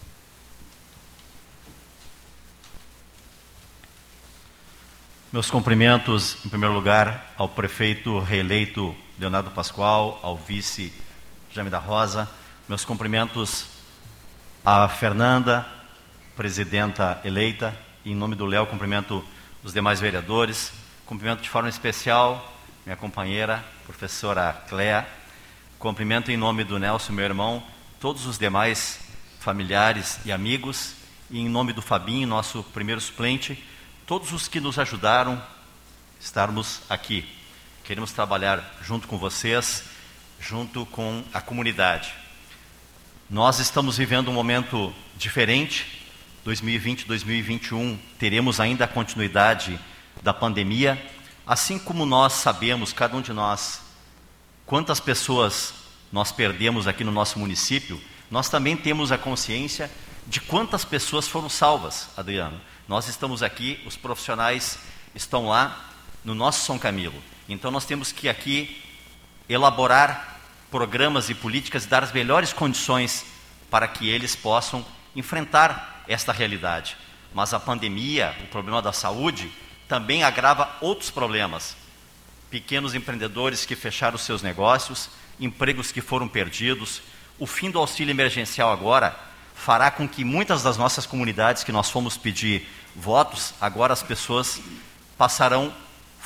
Meus cumprimentos, em primeiro lugar, ao prefeito reeleito Leonardo Pascoal, ao vice Jaime da Rosa. Meus cumprimentos à Fernanda, presidenta eleita. E, em nome do Léo, cumprimento os demais vereadores. Cumprimento de forma especial minha companheira, professora Cléa. Cumprimento em nome do Nelson, meu irmão, todos os demais familiares e amigos. E em nome do Fabinho, nosso primeiro suplente, todos os que nos ajudaram a estarmos aqui. Queremos trabalhar junto com vocês, junto com a comunidade. Nós estamos vivendo um momento diferente. dois mil e vinte, dois mil e vinte e um, teremos ainda a continuidade da pandemia. Assim como nós sabemos, cada um de nós, quantas pessoas nós perdemos aqui no nosso município, nós também temos a consciência de quantas pessoas foram salvas, Adriano. Nós estamos aqui, os profissionais estão lá no nosso São Camilo. Então nós temos que aqui elaborar programas e políticas e dar as melhores condições para que eles possam enfrentar esta realidade. Mas a pandemia, o problema da saúde, também agrava outros problemas. Pequenos empreendedores que fecharam seus negócios, empregos que foram perdidos. O fim do auxílio emergencial agora fará com que muitas das nossas comunidades que nós fomos pedir votos, agora as pessoas passarão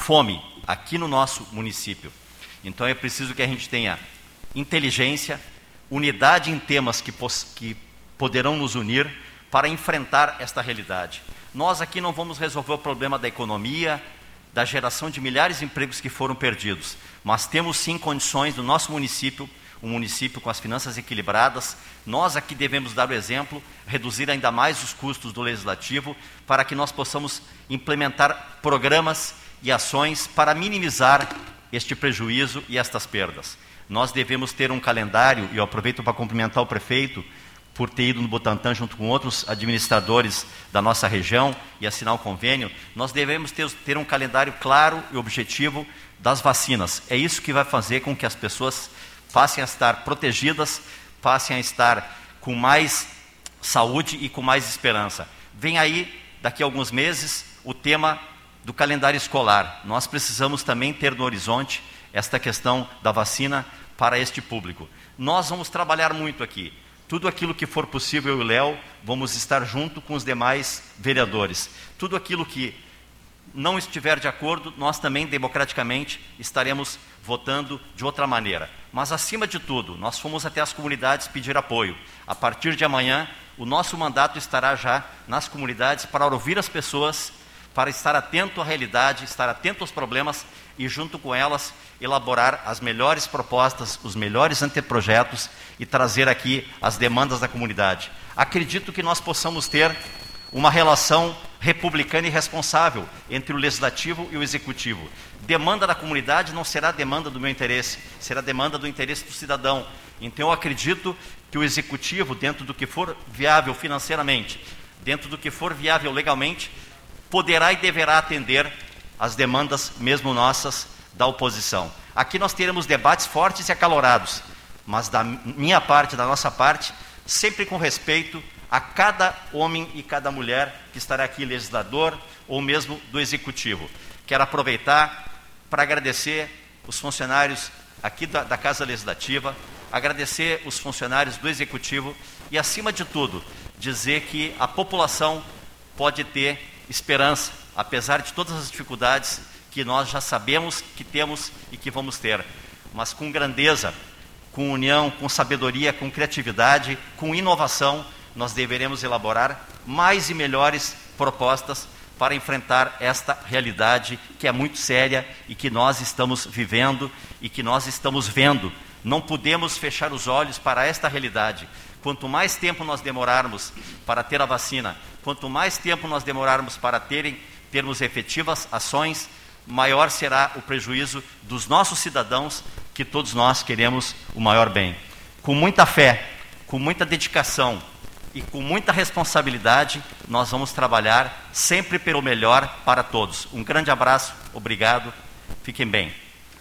fome aqui no nosso município. Então é preciso que a gente tenha inteligência, unidade em temas que, que poderão nos unir para enfrentar esta realidade. Nós aqui não vamos resolver o problema da economia, da geração de milhares de empregos que foram perdidos, mas temos sim condições do nosso município, um município com as finanças equilibradas. Nós aqui devemos dar o exemplo, reduzir ainda mais os custos do Legislativo, para que nós possamos implementar programas e ações para minimizar este prejuízo e estas perdas. Nós devemos ter um calendário, e eu aproveito para cumprimentar o prefeito, por ter ido no Butantã junto com outros administradores da nossa região e assinar um convênio. Nós devemos ter, ter um calendário claro e objetivo das vacinas. É isso que vai fazer com que as pessoas passem a estar protegidas, passem a estar com mais saúde e com mais esperança. Vem aí, daqui a alguns meses, o tema do calendário escolar. Nós precisamos também ter no horizonte esta questão da vacina para este público. Nós vamos trabalhar muito aqui. Tudo aquilo que for possível, eu e o Léo vamos estar junto com os demais vereadores. Tudo aquilo que não estiver de acordo, nós também, democraticamente, estaremos votando de outra maneira. Mas, acima de tudo, nós fomos até as comunidades pedir apoio. A partir de amanhã, o nosso mandato estará já nas comunidades para ouvir as pessoas, para estar atento à realidade, estar atento aos problemas e, junto com elas, elaborar as melhores propostas, os melhores anteprojetos e trazer aqui as demandas da comunidade. Acredito que nós possamos ter uma relação republicana e responsável entre o Legislativo e o Executivo. Demanda da comunidade não será demanda do meu interesse, será demanda do interesse do cidadão. Então eu acredito que o Executivo, dentro do que for viável financeiramente, dentro do que for viável legalmente, poderá e deverá atender as demandas mesmo nossas da oposição. Aqui nós teremos debates fortes e acalorados, mas da minha parte, da nossa parte, sempre com respeito a cada homem e cada mulher que estará aqui, legislador ou mesmo do Executivo. Quero aproveitar para agradecer os funcionários aqui da, da Casa Legislativa, agradecer os funcionários do Executivo e, acima de tudo, dizer que a população pode ter esperança, apesar de todas as dificuldades que nós já sabemos que temos e que vamos ter, mas com grandeza, com união, com sabedoria, com criatividade, com inovação, nós deveremos elaborar mais e melhores propostas para enfrentar esta realidade que é muito séria e que nós estamos vivendo e que nós estamos vendo. Não podemos fechar os olhos para esta realidade. Quanto mais tempo nós demorarmos para ter a vacina, quanto mais tempo nós demorarmos para terem, termos efetivas ações, maior será o prejuízo dos nossos cidadãos, que todos nós queremos o maior bem. Com muita fé, com muita dedicação e com muita responsabilidade, nós vamos trabalhar sempre pelo melhor para todos. Um grande abraço, obrigado, fiquem bem.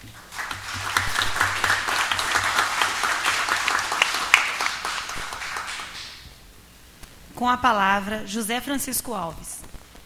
Com a palavra, José Francisco Alves.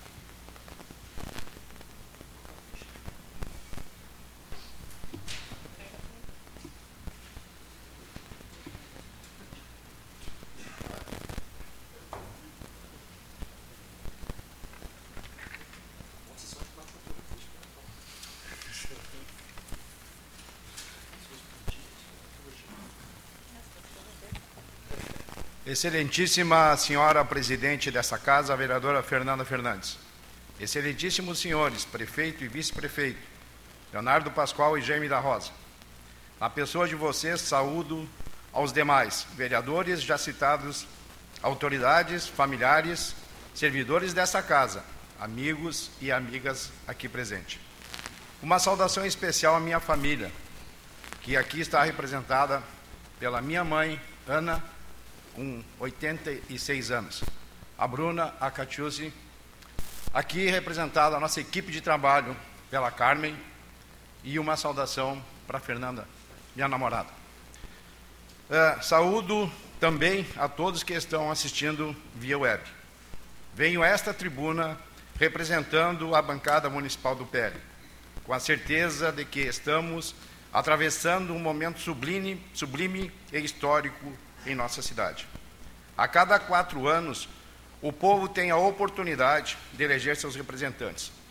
Excelentíssima senhora presidente dessa casa, a vereadora Fernanda Fernandes. Excelentíssimos senhores, prefeito e vice-prefeito, Leonardo Pascoal e Jaime da Rosa. Na pessoa de vocês, saúdo aos demais vereadores já citados, autoridades, familiares, servidores dessa casa, amigos e amigas aqui presentes. Uma saudação especial à minha família, que aqui está representada pela minha mãe, Ana, com oitenta e seis anos, a Bruna, a Catiusi, aqui representada a nossa equipe de trabalho pela Carmen, e uma saudação para a Fernanda, minha namorada. Uh, saúdo também a todos que estão assistindo via web. Venho a esta tribuna representando a bancada municipal do P L, com a certeza de que estamos atravessando um momento sublime, sublime e histórico em nossa cidade. A cada quatro anos, o povo tem a oportunidade de eleger seus representantes.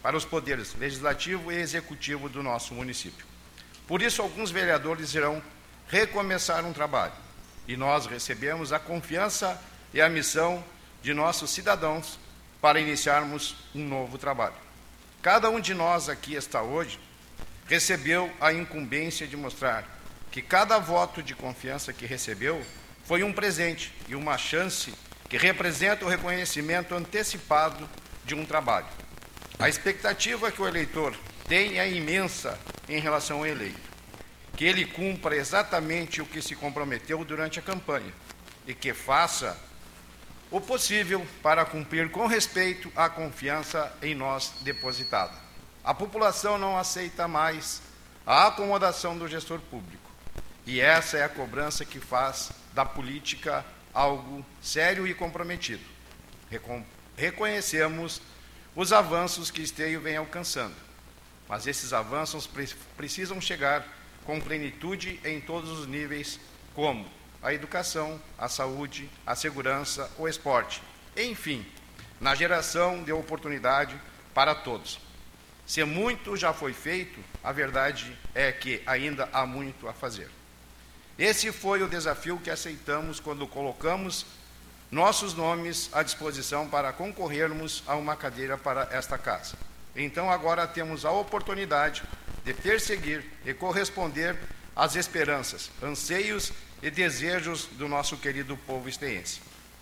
para os poderes legislativo e executivo do nosso município. Por isso, alguns vereadores irão recomeçar um trabalho, e nós recebemos a confiança e a missão de nossos cidadãos para iniciarmos um novo trabalho. Cada um de nós aqui está hoje recebeu a incumbência de mostrar que cada voto de confiança que recebeu foi um presente e uma chance que representa o reconhecimento antecipado de um trabalho. A expectativa que o eleitor tem é imensa em relação ao eleito, que ele cumpra exatamente o que se comprometeu durante a campanha e que faça o possível para cumprir com respeito à confiança em nós depositada. A população não aceita mais a acomodação do gestor público, e essa é a cobrança que faz da política algo sério e comprometido. Recon- reconhecemos os avanços que Esteio vem alcançando, mas esses avanços pre- precisam chegar com plenitude em todos os níveis, como a educação, a saúde, a segurança, o esporte, enfim, na geração de oportunidade para todos. Se muito já foi feito, a verdade é que ainda há muito a fazer. Esse foi o desafio que aceitamos quando colocamos nossos nomes à disposição para concorrermos a uma cadeira para esta casa. Então agora temos a oportunidade de perseguir e corresponder às esperanças, anseios e desejos do nosso querido povo esteense.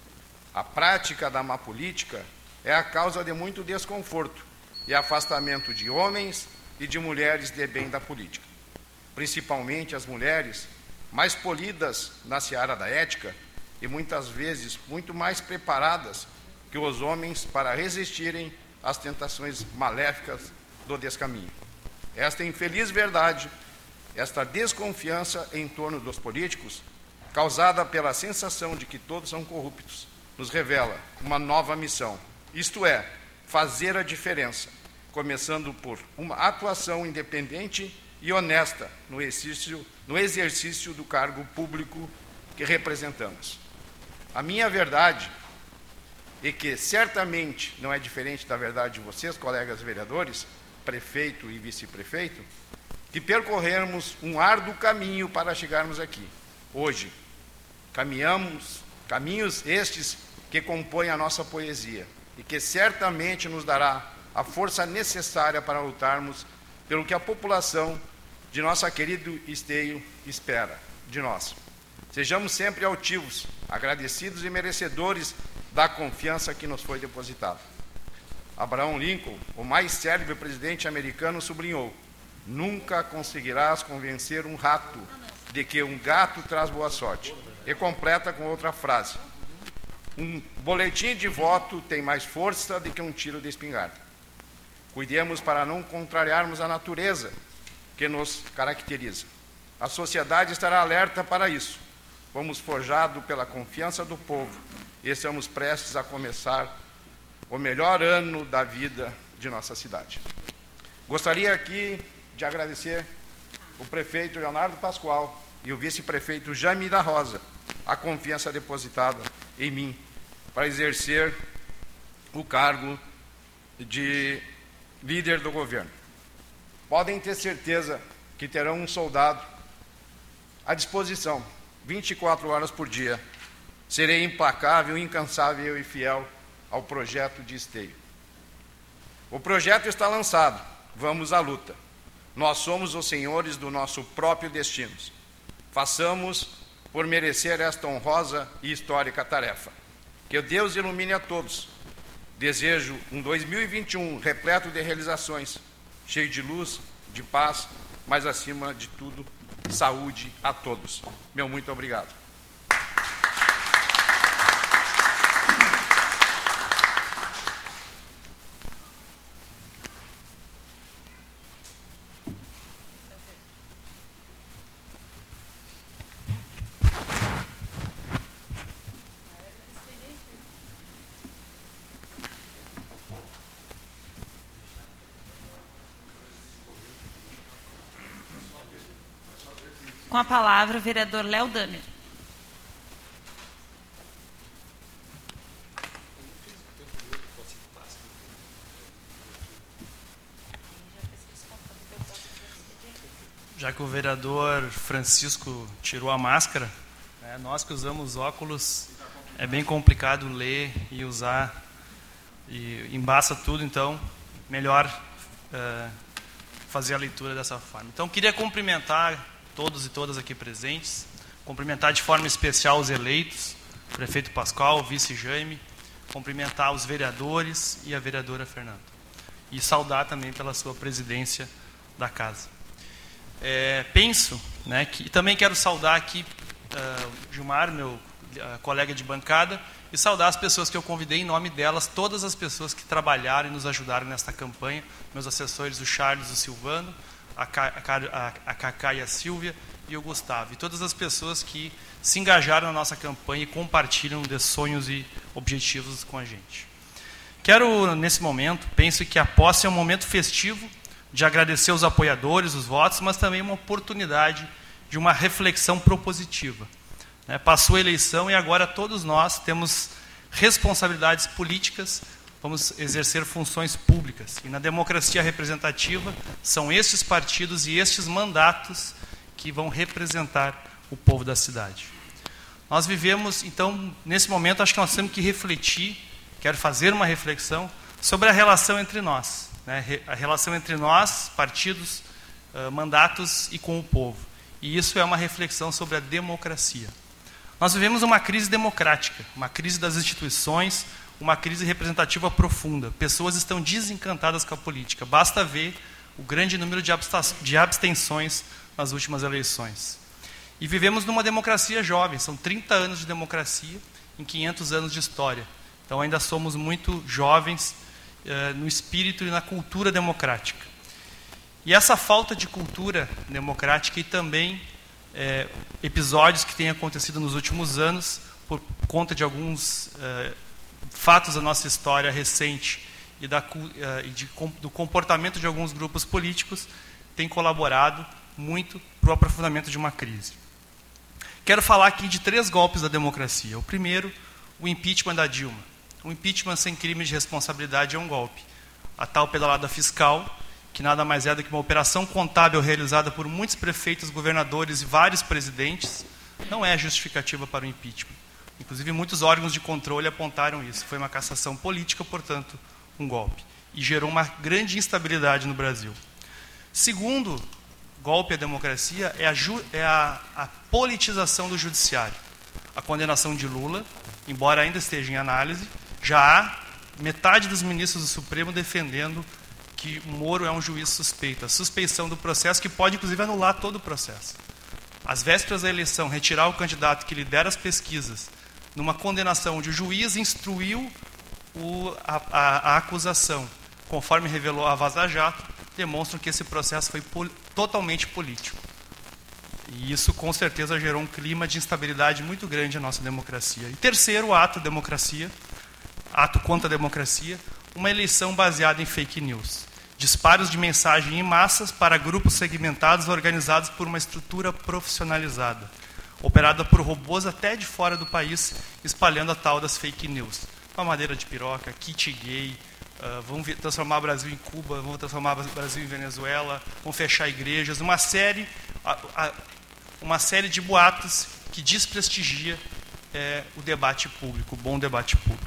A prática da má política é a causa de muito desconforto e afastamento de homens e de mulheres de bem da política. Principalmente as mulheres mais polidas na seara da ética e muitas vezes muito mais preparadas que os homens para resistirem às tentações maléficas do descaminho. Esta infeliz verdade, esta desconfiança em torno dos políticos, causada pela sensação de que todos são corruptos, nos revela uma nova missão, isto é, fazer a diferença, começando por uma atuação independente e honesta no exercício, no exercício do cargo público que representamos. A minha verdade, e que certamente não é diferente da verdade de vocês, colegas vereadores, prefeito e vice-prefeito, que percorrermos um árduo caminho para chegarmos aqui. Hoje, caminhamos, caminhos estes que compõem a nossa poesia e que certamente nos dará a força necessária para lutarmos pelo que a população de nossa querida Esteio espera de nós. Sejamos sempre altivos, agradecidos e merecedores da confiança que nos foi depositada. Abraham Lincoln, o mais célebre presidente americano, sublinhou: nunca conseguirás convencer um rato de que um gato traz boa sorte. E completa com outra frase: um boletim de voto tem mais força do que um tiro de espingarda. Cuidemos para não contrariarmos a natureza que nos caracteriza. A sociedade estará alerta para isso. Fomos forjados pela confiança do povo e estamos prestes a começar o melhor ano da vida de nossa cidade. Gostaria aqui de agradecer o prefeito Leonardo Pascoal e o vice-prefeito Jaime da Rosa a confiança depositada em mim para exercer o cargo de líder do governo. Podem ter certeza que terão um soldado à disposição, vinte e quatro horas por dia. Serei implacável, incansável e fiel ao projeto de Esteio. O projeto está lançado, vamos à luta. Nós somos os senhores do nosso próprio destino. Façamos por merecer esta honrosa e histórica tarefa. Que Deus ilumine a todos. Desejo um dois mil e vinte e um repleto de realizações, cheio de luz, de paz, mas acima de tudo, saúde a todos. Meu muito obrigado. Com a palavra, o vereador Léo Damer. Já que o vereador Francisco tirou a máscara, né, nós que usamos óculos, é bem complicado ler e usar, e embaça tudo, então, melhor uh, fazer a leitura dessa forma. Então, queria cumprimentar todos e todas aqui presentes, cumprimentar de forma especial os eleitos, o prefeito Pascoal, o vice Jaime, cumprimentar os vereadores e a vereadora Fernanda. E saudar também pela sua presidência da casa. É, penso, né, que, e também quero saudar aqui uh, o Gilmar, meu uh, colega de bancada, e saudar as pessoas que eu convidei em nome delas, todas as pessoas que trabalharam e nos ajudaram nesta campanha, meus assessores, o Charles, o Silvano, a, a, a Cacá e a Silvia, e o Gustavo, e todas as pessoas que se engajaram na nossa campanha e compartilham de sonhos e objetivos com a gente. Quero, nesse momento, penso que a posse é um momento festivo de agradecer os apoiadores, os votos, mas também uma oportunidade de uma reflexão propositiva. É, passou a eleição e agora todos nós temos responsabilidades políticas, vamos exercer funções públicas. E na democracia representativa são estes partidos e estes mandatos que vão representar o povo da cidade. Nós vivemos, então, nesse momento, acho que nós temos que refletir, quero fazer uma reflexão sobre a relação entre nós, né? A relação entre nós, partidos, uh, mandatos e com o povo. E isso é uma reflexão sobre a democracia. Nós vivemos uma crise democrática, uma crise das instituições, uma crise representativa profunda. Pessoas estão desencantadas com a política. Basta ver o grande número de abstenções nas últimas eleições. E vivemos numa democracia jovem, são trinta anos de democracia em quinhentos anos de história. Então ainda somos muito jovens eh, no espírito e na cultura democrática. E essa falta de cultura democrática e também eh, episódios que têm acontecido nos últimos anos, por conta de alguns eh, fatos da nossa história recente e, da, eh, e de, do comportamento de alguns grupos políticos, tem colaborado muito para o aprofundamento de uma crise. Quero falar aqui de três golpes da democracia. O primeiro, o impeachment da Dilma. O impeachment sem crime de responsabilidade é um golpe. A tal pedalada fiscal, que nada mais é do que uma operação contábil realizada por muitos prefeitos, governadores e vários presidentes, não é justificativa para o impeachment. Inclusive, muitos órgãos de controle apontaram isso. Foi uma cassação política, portanto, um golpe. E gerou uma grande instabilidade no Brasil. Segundo golpe à democracia é, a, ju, é a, a politização do judiciário. A condenação de Lula, embora ainda esteja em análise, já há metade dos ministros do Supremo defendendo que Moro é um juiz suspeito. A suspeição do processo, que pode, inclusive, anular todo o processo. Às vésperas da eleição, retirar o candidato que lidera as pesquisas, numa condenação onde o juiz instruiu o, a, a, a acusação, conforme revelou a Vaza Jato, demonstram que esse processo foi pol totalmente político. E isso, com certeza, gerou um clima de instabilidade muito grande na nossa democracia. E terceiro ato da democracia, ato contra a democracia, uma eleição baseada em fake news. Disparos de mensagem em massas para grupos segmentados organizados por uma estrutura profissionalizada, operada por robôs até de fora do país, espalhando a tal das fake news. Mamadeira de piroca, kit gay, Uh, vão transformar o Brasil em Cuba, vão transformar o Brasil em Venezuela, vão fechar igrejas, uma série, a, a, uma série de boatos que desprestigia é, o debate público, o bom debate público.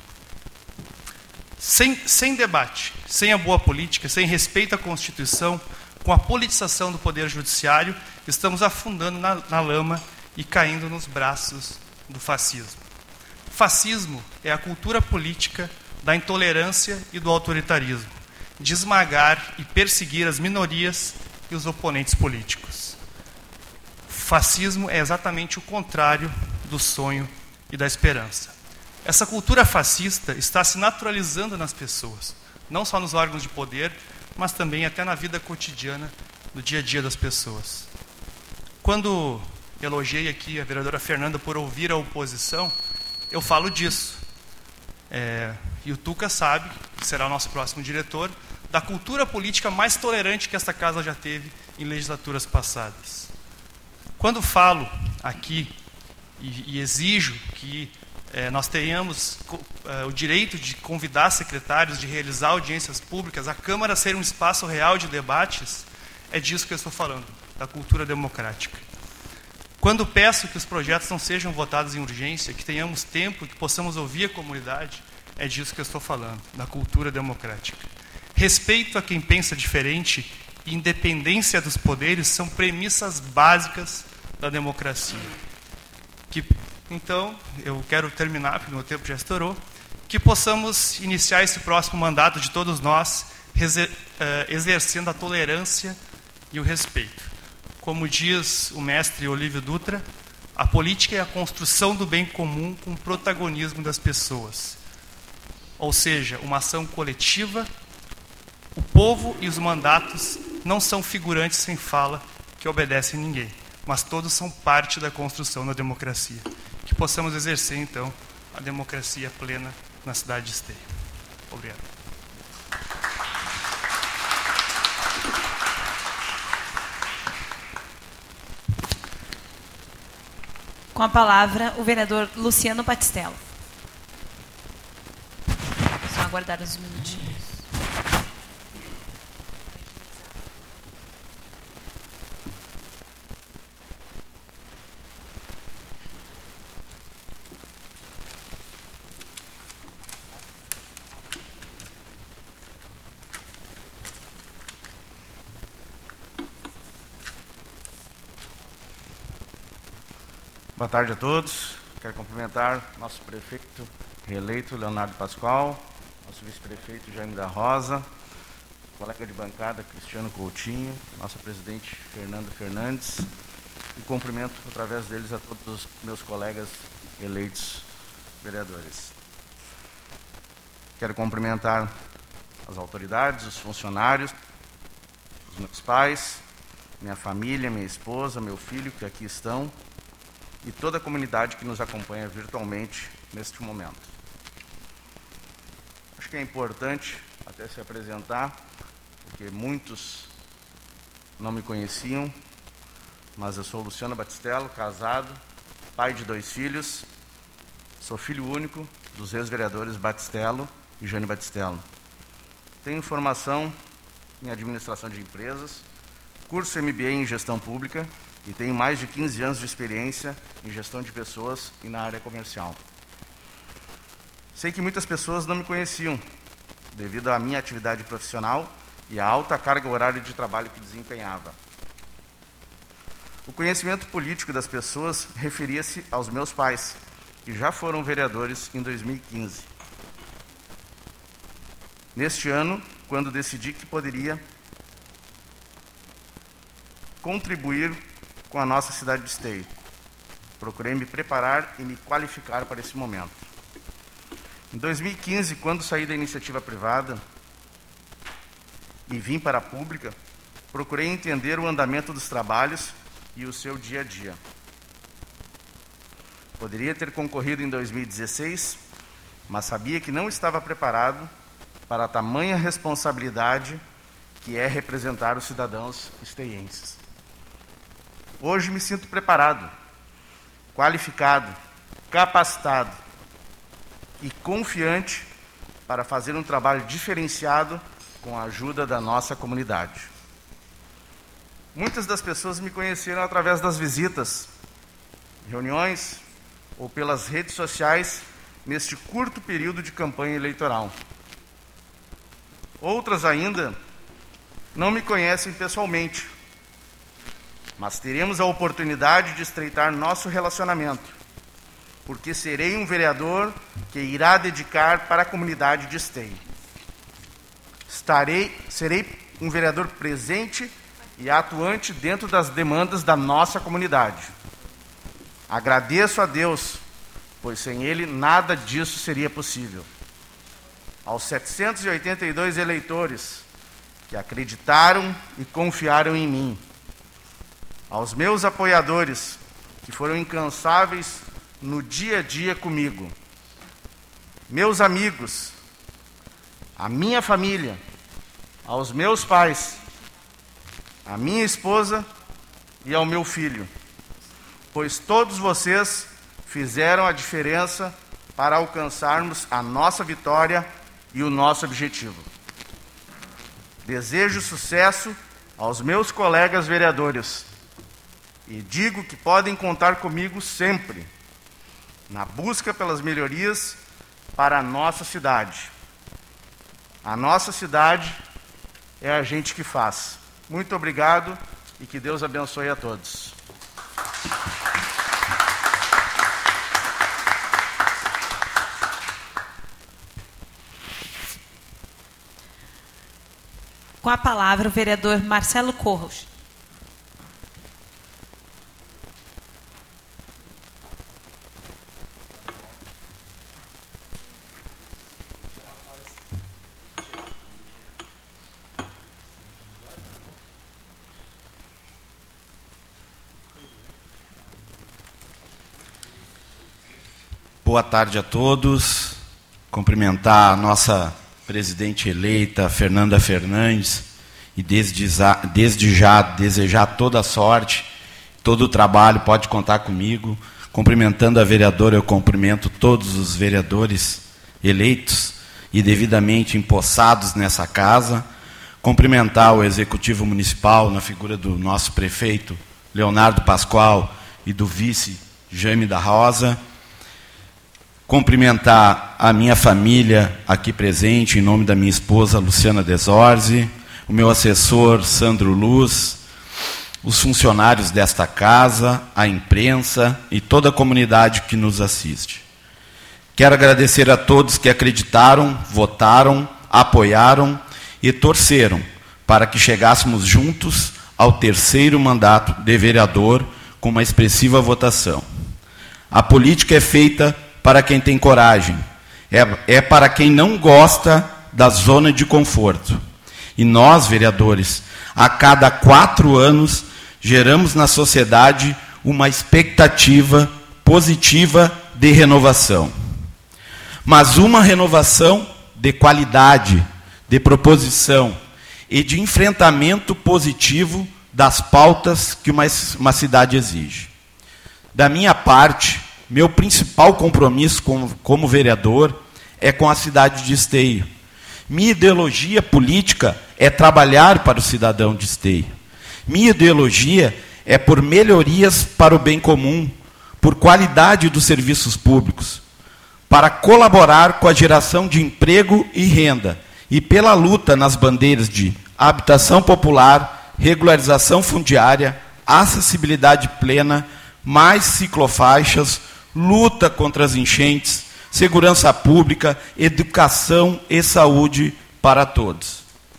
Sem, sem debate, sem a boa política, sem respeito à Constituição, com a politização do Poder Judiciário, estamos afundando na, na lama e caindo nos braços do fascismo. O fascismo é a cultura política da intolerância e do autoritarismo, de esmagar e perseguir as minorias e os oponentes políticos. O fascismo é exatamente o contrário do sonho e da esperança. Essa cultura fascista está se naturalizando nas pessoas, não só nos órgãos de poder, mas também até na vida cotidiana, no dia a dia das pessoas. Quando elogiei aqui a vereadora Fernanda por ouvir a oposição, eu falo disso. É, e o Tuca sabe, que será o nosso próximo diretor, da cultura política mais tolerante que esta casa já teve em legislaturas passadas. Quando falo aqui e, e exijo que é, nós tenhamos é, o direito de convidar secretários, de realizar audiências públicas, a Câmara ser um espaço real de debates, é disso que eu estou falando. da cultura democrática. Quando peço que os projetos não sejam votados em urgência, que tenhamos tempo, que possamos ouvir a comunidade, é disso que eu estou falando, da cultura democrática. Respeito a quem pensa diferente e independência dos poderes são premissas básicas da democracia. Que, então, eu quero terminar, porque o meu tempo já estourou, que possamos iniciar esse próximo mandato de todos nós, exercendo a tolerância e o respeito. Como diz o mestre Olívio Dutra, a política é a construção do bem comum com o protagonismo das pessoas. Ou seja, uma ação coletiva. O povo e os mandatos não são figurantes sem fala que obedecem ninguém, mas todos são parte da construção da democracia. Que possamos exercer, então, a democracia plena na cidade de Esteio. Obrigado. Com a palavra, o vereador Luciano Batistello. Só aguardar uns minutinhos. Boa tarde a todos. Quero cumprimentar nosso prefeito reeleito, Leonardo Pascoal, nosso vice-prefeito, Jaime da Rosa, colega de bancada, Cristiano Coutinho, nossa presidente, Fernanda Fernandes, e cumprimento, através deles, a todos os meus colegas eleitos vereadores. Quero cumprimentar as autoridades, os funcionários, os meus pais, minha família, minha esposa, meu filho, que aqui estão, e toda a comunidade que nos acompanha virtualmente neste momento. Acho que é importante até se apresentar, porque muitos não me conheciam, mas eu sou Luciano Batistello, casado, pai de dois filhos, sou filho único dos ex-vereadores Batistello e Jane Batistello. Tenho formação em administração de empresas, curso M B A em gestão pública, e tenho mais de quinze anos de experiência em gestão de pessoas e na área comercial. Sei que muitas pessoas não me conheciam, devido à minha atividade profissional e à alta carga horária de trabalho que desempenhava. O conhecimento político das pessoas referia-se aos meus pais, que já foram vereadores em dois mil e quinze. Neste ano, quando decidi que poderia contribuir com a nossa cidade de Esteio, procurei me preparar e me qualificar para esse momento. Em dois mil e quinze, quando saí da iniciativa privada e vim para a pública, procurei entender o andamento dos trabalhos e o seu dia a dia. Poderia ter concorrido em dois mil e dezesseis, mas sabia que não estava preparado para a tamanha responsabilidade que é representar os cidadãos esteienses. Hoje me sinto preparado, qualificado, capacitado e confiante para fazer um trabalho diferenciado com a ajuda da nossa comunidade. Muitas das pessoas me conheceram através das visitas, reuniões ou pelas redes sociais neste curto período de campanha eleitoral. Outras ainda não me conhecem pessoalmente, mas teremos a oportunidade de estreitar nosso relacionamento, porque serei um vereador que irá dedicar para a comunidade de Esteio. Estarei, serei um vereador presente e atuante dentro das demandas da nossa comunidade. Agradeço a Deus, pois sem Ele nada disso seria possível. Aos setecentos e oitenta e dois eleitores que acreditaram e confiaram em mim, aos meus apoiadores, que foram incansáveis no dia a dia comigo, meus amigos, a minha família, aos meus pais, à minha esposa e ao meu filho, pois todos vocês fizeram a diferença para alcançarmos a nossa vitória e o nosso objetivo. Desejo sucesso aos meus colegas vereadores, e digo que podem contar comigo sempre na busca pelas melhorias para a nossa cidade. A nossa cidade é a gente que faz. Muito obrigado e que Deus abençoe a todos. Com a palavra, o vereador Marcelo Corros. Boa tarde a todos. Cumprimentar a nossa presidente eleita, Fernanda Fernandes, e desde já, desde já desejar toda a sorte, todo o trabalho, pode contar comigo. Cumprimentando a vereadora, eu cumprimento todos os vereadores eleitos e devidamente empossados nessa casa. Cumprimentar o Executivo Municipal, na figura do nosso prefeito, Leonardo Pascoal, e do vice, Jaime da Rosa. Cumprimentar a minha família aqui presente, em nome da minha esposa, Luciana Desorzi, o meu assessor, Sandro Luz, os funcionários desta casa, a imprensa e toda a comunidade que nos assiste. Quero agradecer a todos que acreditaram, votaram, apoiaram e torceram para que chegássemos juntos ao terceiro mandato de vereador com uma expressiva votação. A política é feita para quem tem coragem, é, é para quem não gosta da zona de conforto. E nós, vereadores, a cada quatro anos, geramos na sociedade uma expectativa positiva de renovação. Mas uma renovação de qualidade, de proposição e de enfrentamento positivo das pautas que uma, uma cidade exige. Da minha parte, meu principal compromisso como, como vereador é com a cidade de Esteio. Minha ideologia política é trabalhar para o cidadão de Esteio. Minha ideologia é por melhorias para o bem comum, por qualidade dos serviços públicos, para colaborar com a geração de emprego e renda e pela luta nas bandeiras de habitação popular, regularização fundiária, acessibilidade plena, mais ciclofaixas, luta contra as enchentes, segurança pública, educação e saúde para todos.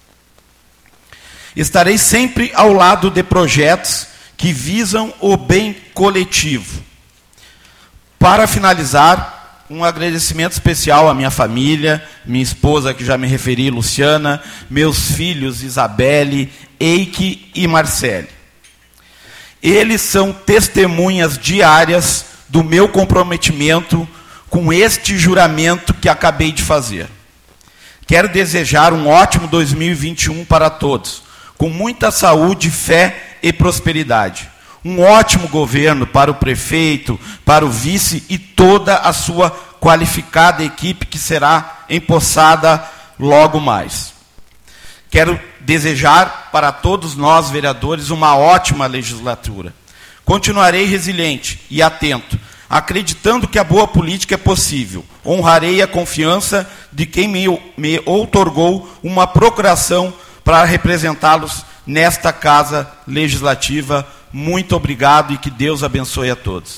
Estarei sempre ao lado de projetos que visam o bem coletivo. Para finalizar, um agradecimento especial à minha família, minha esposa, que já me referi, Luciana, meus filhos, Isabelle, Eike e Marcele. Eles são testemunhas diárias do meu comprometimento com este juramento que acabei de fazer. Quero desejar um ótimo dois mil e vinte e um para todos, com muita saúde, fé e prosperidade. Um ótimo governo para o prefeito, para o vice e toda a sua qualificada equipe que será empossada logo mais. Quero desejar para todos nós, vereadores, uma ótima legislatura. Continuarei resiliente e atento, acreditando que a boa política é possível. Honrarei a confiança de quem me, me outorgou uma procuração para representá-los nesta casa legislativa. Muito obrigado e que Deus abençoe a todos.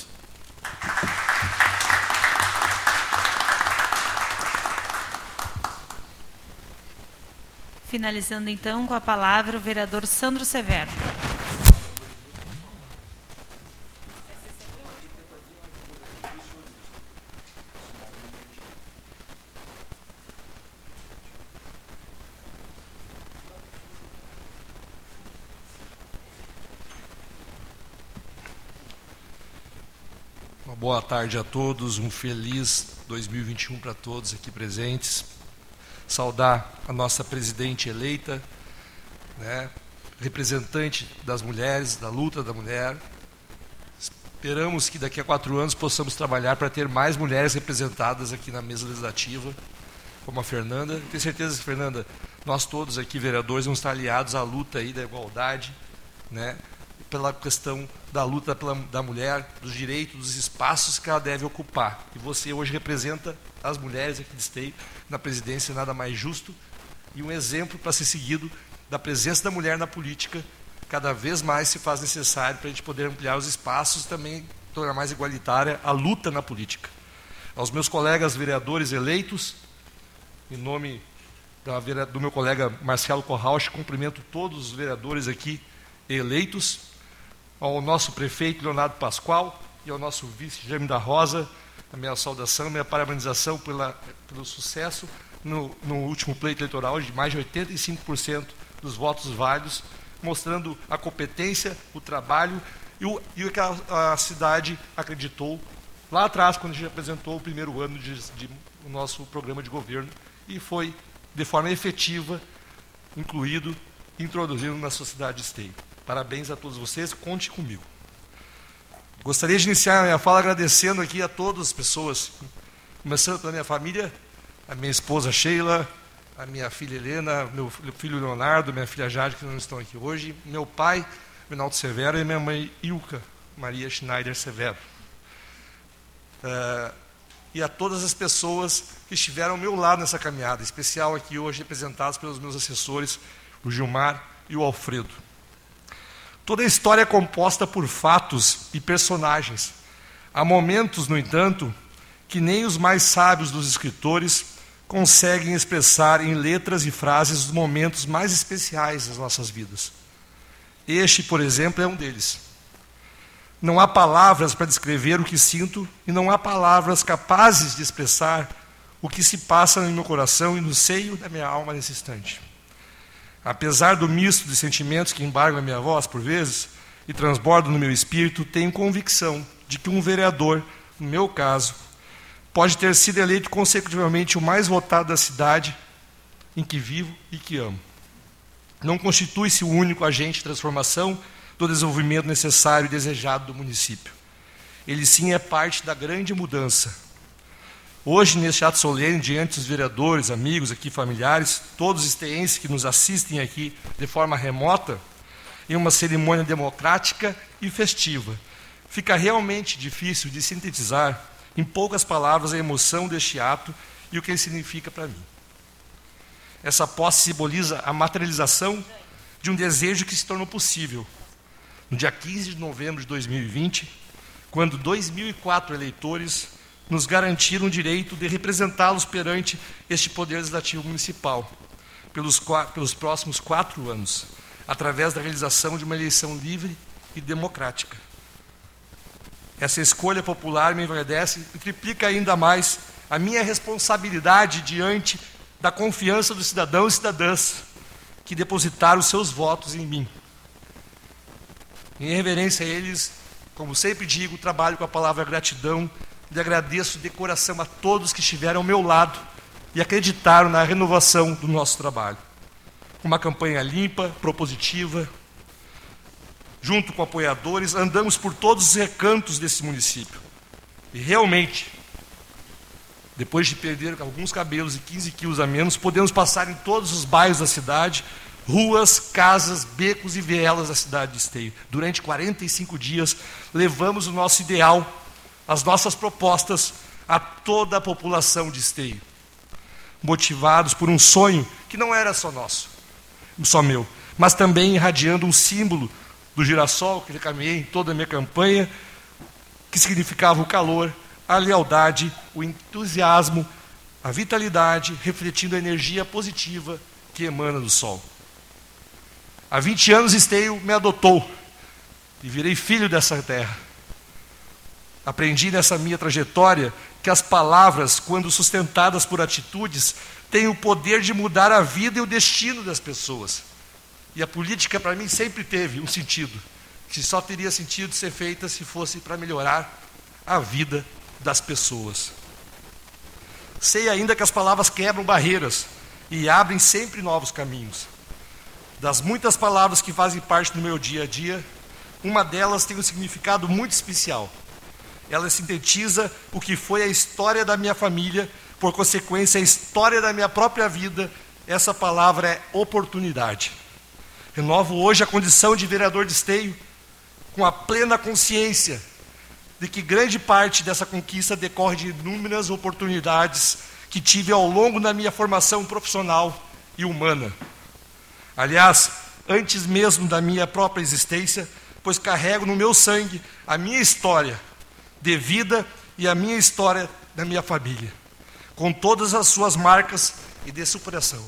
Finalizando, então, com a palavra o vereador Sandro Severo. Uma boa tarde a todos, um feliz dois mil e vinte e um para todos aqui presentes. Saudar a nossa presidente eleita, né, representante das mulheres, da luta da mulher. Esperamos que daqui a quatro anos possamos trabalhar para ter mais mulheres representadas aqui na mesa legislativa, como a Fernanda. Tenho certeza que, Fernanda, nós todos aqui, vereadores, vamos estar aliados à luta aí da igualdade, né, pela questão da luta pela, da mulher, dos direitos, dos espaços que ela deve ocupar. E você hoje representa as mulheres aqui de Esteio na presidência, nada mais justo, e um exemplo para ser seguido da presença da mulher na política. Cada vez mais se faz necessário para a gente poder ampliar os espaços e também tornar mais igualitária a luta na política. Aos meus colegas vereadores eleitos, em nome da, do meu colega Marcelo Corrauch, cumprimento todos os vereadores aqui eleitos, ao nosso prefeito Leonardo Pascoal e ao nosso vice Jaime da Rosa, a minha saudação, a minha parabenização pela, pelo sucesso no, no último pleito eleitoral de mais de oitenta e cinco por cento dos votos válidos, mostrando a competência, o trabalho e o, e o que a, a cidade acreditou lá atrás, quando a gente apresentou o primeiro ano de, de o nosso programa de governo, e foi, de forma efetiva, incluído, introduzido na sociedade de Esteio. Parabéns a todos vocês, conte comigo. Gostaria de iniciar a minha fala agradecendo aqui a todas as pessoas, começando pela minha família, a minha esposa Sheila, a minha filha Helena, meu filho Leonardo, minha filha Jade, que não estão aqui hoje, meu pai, Rinaldo Severo, e minha mãe Ilka Maria Schneider Severo. Uh, e a todas as pessoas que estiveram ao meu lado nessa caminhada, em especial aqui hoje representados pelos meus assessores, o Gilmar e o Alfredo. Toda a história é composta por fatos e personagens. Há momentos, no entanto, que nem os mais sábios dos escritores conseguem expressar em letras e frases os momentos mais especiais das nossas vidas. Este, por exemplo, é um deles. Não há palavras para descrever o que sinto e não há palavras capazes de expressar o que se passa no meu coração e no seio da minha alma nesse instante. Apesar do misto de sentimentos que embargam a minha voz, por vezes, e transbordam no meu espírito, tenho convicção de que um vereador, no meu caso, pode ter sido eleito consecutivamente o mais votado da cidade em que vivo e que amo. Não constitui-se o único agente de transformação do desenvolvimento necessário e desejado do município. Ele sim é parte da grande mudança. Hoje, neste ato solene, diante dos vereadores, amigos aqui, familiares, todos os esteenses que nos assistem aqui de forma remota, em uma cerimônia democrática e festiva, fica realmente difícil de sintetizar em poucas palavras a emoção deste ato e o que ele significa para mim. Essa posse simboliza a materialização de um desejo que se tornou possível. No dia quinze de novembro de dois mil e vinte, quando dois mil e quatro eleitores nos garantiram o direito de representá-los perante este Poder Legislativo Municipal, pelos, pelos próximos quatro anos, através da realização de uma eleição livre e democrática. Essa escolha popular me engrandece e triplica ainda mais a minha responsabilidade diante da confiança dos cidadãos e cidadãs que depositaram os seus votos em mim. Em reverência a eles, como sempre digo, trabalho com a palavra gratidão e agradeço de coração a todos que estiveram ao meu lado e acreditaram na renovação do nosso trabalho. Uma campanha limpa, propositiva, junto com apoiadores, andamos por todos os recantos desse município. E realmente, depois de perder alguns cabelos e quinze quilos a menos, podemos passar em todos os bairros da cidade, ruas, casas, becos e vielas da cidade de Esteio. Durante quarenta e cinco dias, levamos o nosso ideal, as nossas propostas a toda a população de Esteio, motivados por um sonho que não era só nosso, só meu, mas também irradiando um símbolo do girassol que eu caminhei em toda a minha campanha, que significava o calor, a lealdade, o entusiasmo, a vitalidade, refletindo a energia positiva que emana do sol. Há vinte anos Esteio me adotou e virei filho dessa terra. Aprendi nessa minha trajetória que as palavras, quando sustentadas por atitudes, têm o poder de mudar a vida e o destino das pessoas. E a política, para mim, sempre teve um sentido, que só teria sentido de ser feita se fosse para melhorar a vida das pessoas. Sei ainda que as palavras quebram barreiras e abrem sempre novos caminhos. Das muitas palavras que fazem parte do meu dia a dia, uma delas tem um significado muito especial. Ela sintetiza o que foi a história da minha família por consequência, a história da minha própria vida, essa palavra é oportunidade. Renovo hoje a condição de vereador de Esteio, com a plena consciência de que grande parte dessa conquista decorre de inúmeras oportunidades que tive ao longo da minha formação profissional e humana. Aliás, antes mesmo da minha própria existência, pois carrego no meu sangue a minha história de vida e a minha história da minha família, com todas as suas marcas e de superação.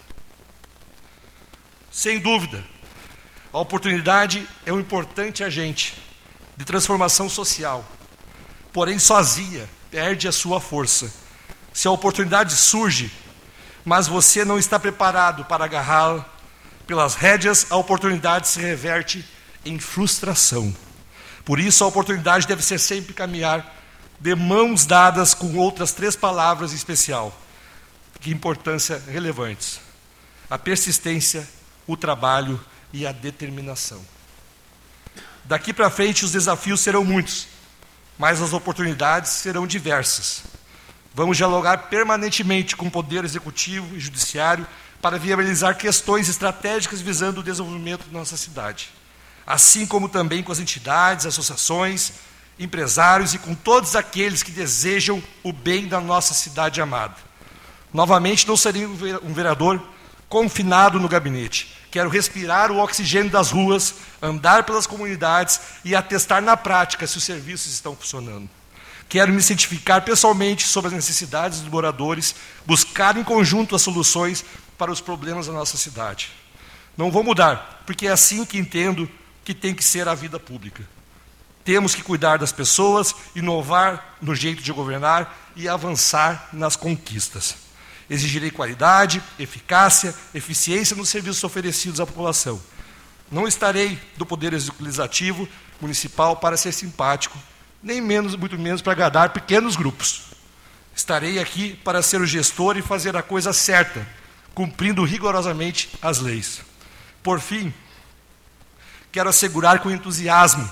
Sem dúvida, a oportunidade é um importante agente de transformação social, porém sozinha perde a sua força. Se a oportunidade surge, mas você não está preparado para agarrá-la pelas rédeas, a oportunidade se reverte em frustração. Por isso, a oportunidade deve ser sempre caminhar de mãos dadas com outras três palavras em especial, de importância relevantes: a persistência, o trabalho e a determinação. Daqui para frente, os desafios serão muitos, mas as oportunidades serão diversas. Vamos dialogar permanentemente com o Poder Executivo e Judiciário para viabilizar questões estratégicas visando o desenvolvimento da nossa cidade, assim como também com as entidades, associações, empresários e com todos aqueles que desejam o bem da nossa cidade amada. Novamente, não serei um vereador confinado no gabinete. Quero respirar o oxigênio das ruas, andar pelas comunidades e atestar na prática se os serviços estão funcionando. Quero me cientificar pessoalmente sobre as necessidades dos moradores, buscar em conjunto as soluções para os problemas da nossa cidade. Não vou mudar, porque é assim que entendo que tem que ser a vida pública. Temos que cuidar das pessoas, inovar no jeito de governar e avançar nas conquistas. Exigirei qualidade, eficácia, eficiência nos serviços oferecidos à população. Não estarei do Poder Legislativo Municipal para ser simpático, nem menos, muito menos para agradar pequenos grupos. Estarei aqui para ser o gestor e fazer a coisa certa, cumprindo rigorosamente as leis. Por fim, quero assegurar com entusiasmo,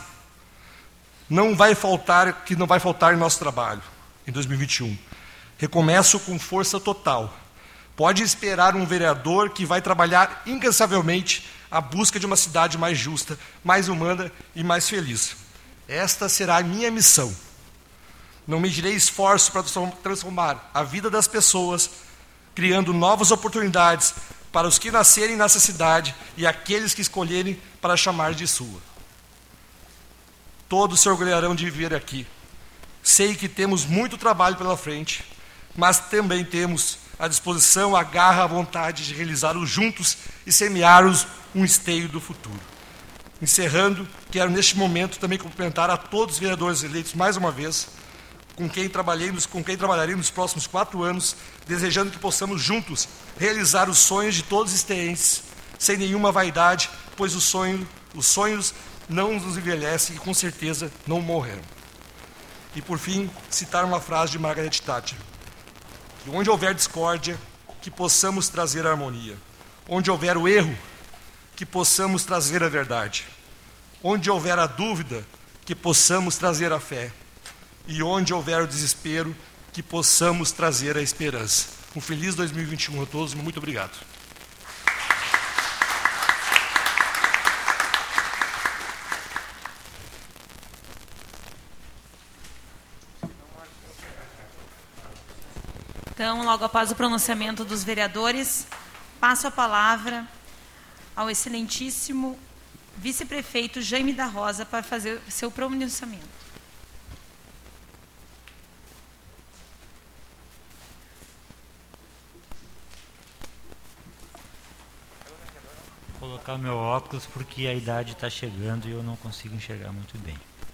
não vai faltar, que não vai faltar em nosso trabalho em dois mil e vinte e um. Recomeço com força total. Pode esperar um vereador que vai trabalhar incansavelmente à busca de uma cidade mais justa, mais humana e mais feliz. Esta será a minha missão. Não medirei esforço para transformar a vida das pessoas, criando novas oportunidades para os que nascerem nessa cidade e aqueles que escolherem para chamar de sua. Todos se orgulharão de viver aqui. Sei que temos muito trabalho pela frente, mas também temos a disposição, a garra, a vontade de realizá-los juntos e semear-os um esteio do futuro. Encerrando, quero neste momento também cumprimentar a todos os vereadores eleitos mais uma vez, com quem trabalhei, com quem trabalharei nos próximos quatro anos, desejando que possamos juntos realizar os sonhos de todos os esteenses, sem nenhuma vaidade, pois o sonho, os sonhos não nos envelhecem e com certeza não morrerão. E por fim, citar uma frase de Margaret Thatcher: que onde houver discórdia, que possamos trazer a harmonia. Onde houver o erro, que possamos trazer a verdade. Onde houver a dúvida, que possamos trazer a fé. E onde houver o desespero, que possamos trazer a esperança. Um feliz dois mil e vinte e um a todos, muito obrigado. Então, logo após o pronunciamento dos vereadores, passo a palavra ao excelentíssimo vice-prefeito Jaime da Rosa para fazer seu pronunciamento. Vou colocar o meu óculos porque a idade está chegando e eu não consigo enxergar muito bem.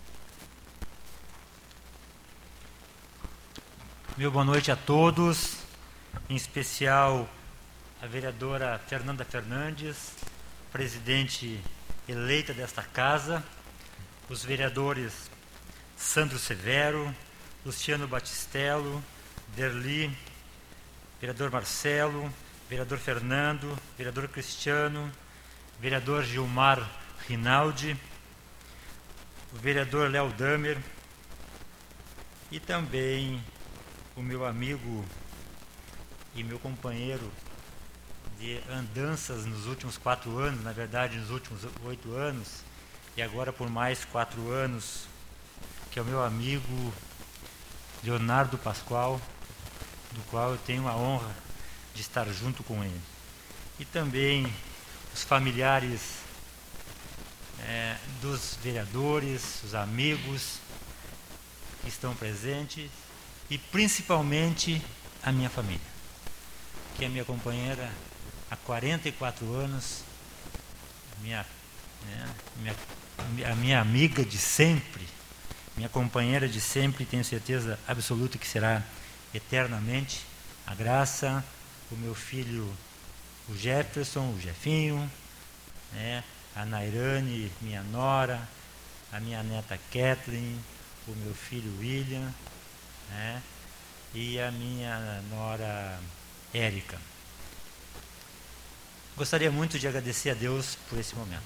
Meu boa noite a todos, em especial a vereadora Fernanda Fernandes, presidente eleita desta casa, os vereadores Sandro Severo, Luciano Batistello, Derli, vereador Marcelo, vereador Fernando, vereador Cristiano, vereador Gilmar Rinaldi, o vereador Léo Damer e também o meu amigo e meu companheiro de andanças nos últimos quatro anos, na verdade nos últimos oito anos, e agora por mais quatro anos, que é o meu amigo Leonardo Pascoal, do qual eu tenho a honra de estar junto com ele. E também os familiares é, dos vereadores, os amigos que estão presentes, e principalmente a minha família, que é minha companheira há quarenta e quatro anos, minha, né, minha, a minha amiga de sempre, minha companheira de sempre, tenho certeza absoluta que será eternamente, a Graça, o meu filho, o Jefferson, o Jefinho, né, a Nairane, minha nora, a minha neta Kathleen, o meu filho William, né, e a minha nora Érica. Gostaria muito de agradecer a Deus por esse momento.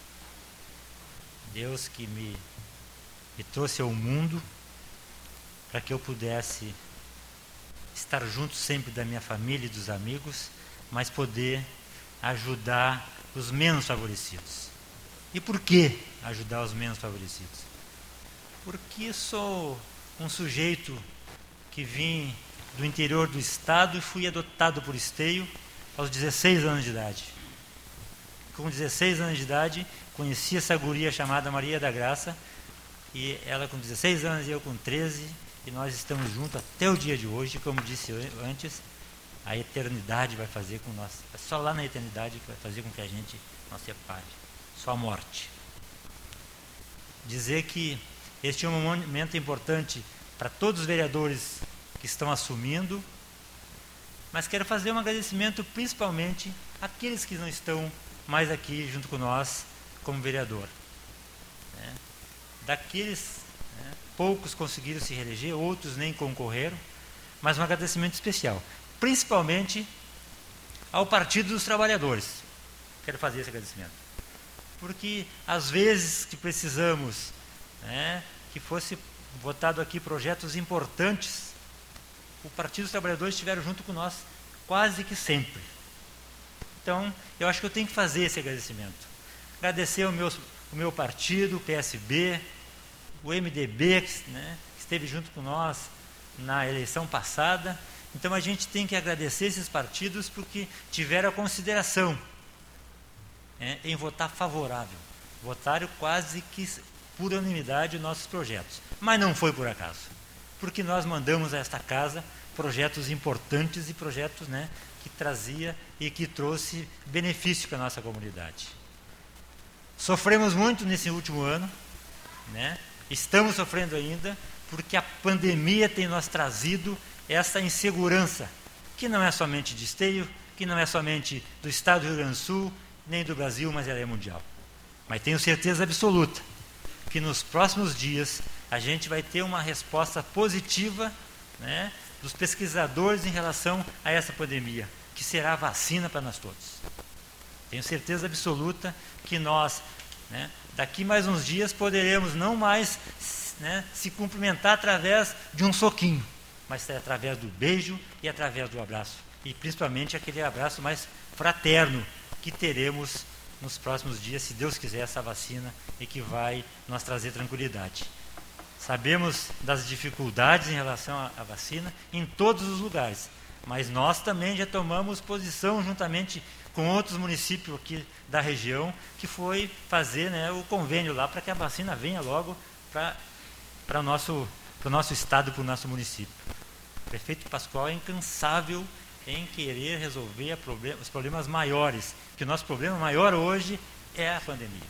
Deus que me, me trouxe ao mundo para que eu pudesse estar junto sempre da minha família e dos amigos, mas poder ajudar os menos favorecidos. E por que ajudar os menos favorecidos? Porque sou um sujeito que vim do interior do estado e fui adotado por Esteio aos dezesseis anos de idade. Com dezesseis anos de idade, conheci essa guria chamada Maria da Graça, e ela com dezesseis anos e eu com treze, e nós estamos juntos até o dia de hoje. Como disse antes, a eternidade vai fazer com nós, é só lá na eternidade que vai fazer com que a gente não separe, só a morte. Dizer que este é um momento importante para todos os vereadores que estão assumindo, mas quero fazer um agradecimento principalmente àqueles que não estão mais aqui junto com nós como vereador. Né? Daqueles, né, poucos conseguiram se reeleger, outros nem concorreram, mas um agradecimento especial, principalmente ao Partido dos Trabalhadores. Quero fazer esse agradecimento. Porque às vezes que precisamos, né, que fosse votado aqui projetos importantes, o Partido dos Trabalhadores estiveram junto com nós quase que sempre. Então, eu acho que eu tenho que fazer esse agradecimento. Agradecer ao meu, o meu partido, o P S B, o M D B, né, que esteve junto com nós na eleição passada. Então, a gente tem que agradecer esses partidos porque tiveram a consideração, né, em votar favorável. Votaram quase que por unanimidade os nossos projetos. Mas não foi por acaso. Porque nós mandamos a esta casa projetos importantes e projetos, né, que trazia e que trouxe benefício para a nossa comunidade. Sofremos muito nesse último ano, né, estamos sofrendo ainda, porque a pandemia tem nos trazido essa insegurança, que não é somente de Esteio, que não é somente do estado do Rio Grande do Sul, nem do Brasil, mas ela é mundial. Mas tenho certeza absoluta que nos próximos dias a gente vai ter uma resposta positiva, né, dos pesquisadores em relação a essa pandemia, que será a vacina para nós todos. Tenho certeza absoluta que nós, né, daqui mais uns dias, poderemos não mais, né, se cumprimentar através de um soquinho, mas através do beijo e através do abraço. E principalmente aquele abraço mais fraterno que teremos nos próximos dias, se Deus quiser, essa vacina, e que vai nos trazer tranquilidade. Sabemos das dificuldades em relação à, à vacina em todos os lugares, mas nós também já tomamos posição juntamente com outros municípios aqui da região, que foi fazer, né, o convênio lá para que a vacina venha logo para o nosso, para o nosso estado, para o nosso município. O prefeito Pascoal é incansável em querer resolver a problem- os problemas maiores, que o nosso problema maior hoje é a pandemia.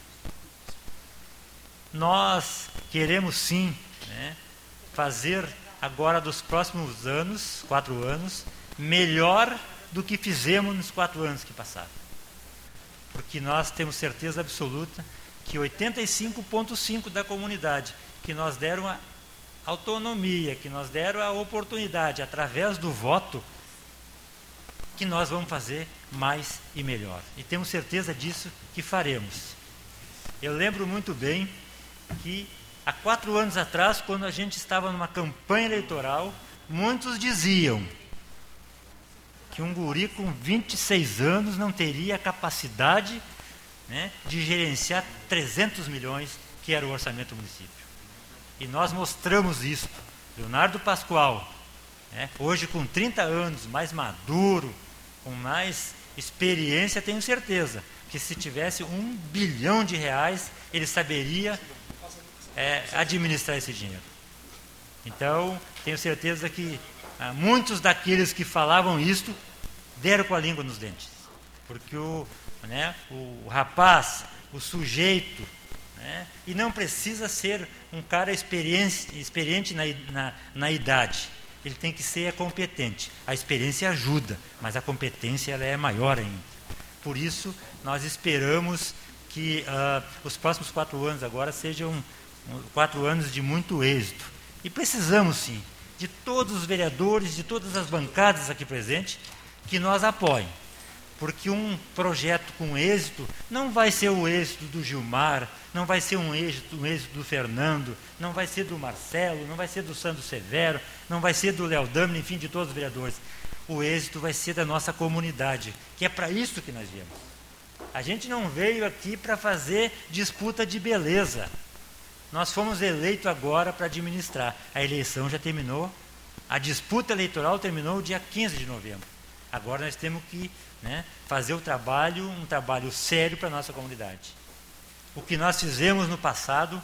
Nós queremos sim, né, fazer agora dos próximos anos, quatro anos, melhor do que fizemos nos quatro anos que passaram. Porque nós temos certeza absoluta que oitenta e cinco vírgula cinco por cento da comunidade, que nós deram a autonomia, que nós deram a oportunidade, através do voto, que nós vamos fazer mais e melhor. E temos certeza disso que faremos. Eu lembro muito bem que há quatro anos atrás, quando a gente estava numa campanha eleitoral, muitos diziam: que um guri com vinte e seis anos não teria capacidade, né, de gerenciar trezentos milhões, que era o orçamento do município. E nós mostramos isso. Leonardo Pascoal, né, hoje com trinta anos, mais maduro, com mais experiência, tenho certeza que se tivesse um bilhão de reais, ele saberia é, administrar esse dinheiro. Então, tenho certeza que ah, muitos daqueles que falavam isto deram com a língua nos dentes. Porque o, né, o rapaz, o sujeito, né, e não precisa ser um cara experiente, experiente na, na, na idade. Ele tem que ser competente. A experiência ajuda, mas a competência ela é maior ainda. Por isso, nós esperamos que uh, os próximos quatro anos agora sejam um, quatro anos de muito êxito. E precisamos, sim, de todos os vereadores, de todas as bancadas aqui presentes, que nos apoiem. Porque um projeto com êxito não vai ser o êxito do Gilmar, não vai ser um êxito, um êxito do Fernando, não vai ser do Marcelo, não vai ser do Sandro Severo, não vai ser do Léo Dami, enfim, de todos os vereadores. O êxito vai ser da nossa comunidade, que é para isso que nós viemos. A gente não veio aqui para fazer disputa de beleza. Nós fomos eleitos agora para administrar. A eleição já terminou, a disputa eleitoral terminou dia quinze de novembro. Agora nós temos que, né, fazer o trabalho, um trabalho sério para a nossa comunidade. O que nós fizemos no passado,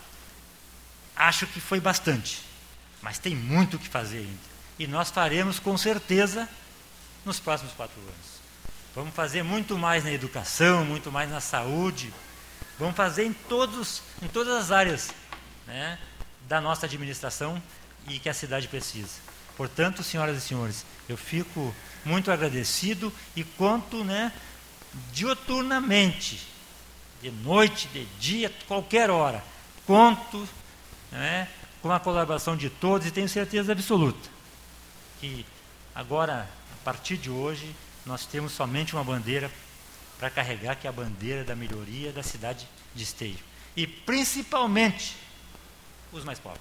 acho que foi bastante, mas tem muito o que fazer ainda. E nós faremos com certeza nos próximos quatro anos. Vamos fazer muito mais na educação, muito mais na saúde, vamos fazer em, todos, em todas as áreas, né, da nossa administração e que a cidade precisa. Portanto, senhoras e senhores, eu fico muito agradecido e conto, né, dioturnamente, de noite, de dia, qualquer hora, conto, né, com a colaboração de todos e tenho certeza absoluta que agora, a partir de hoje, nós temos somente uma bandeira para carregar, que é a bandeira da melhoria da cidade de Esteio. E principalmente os mais pobres.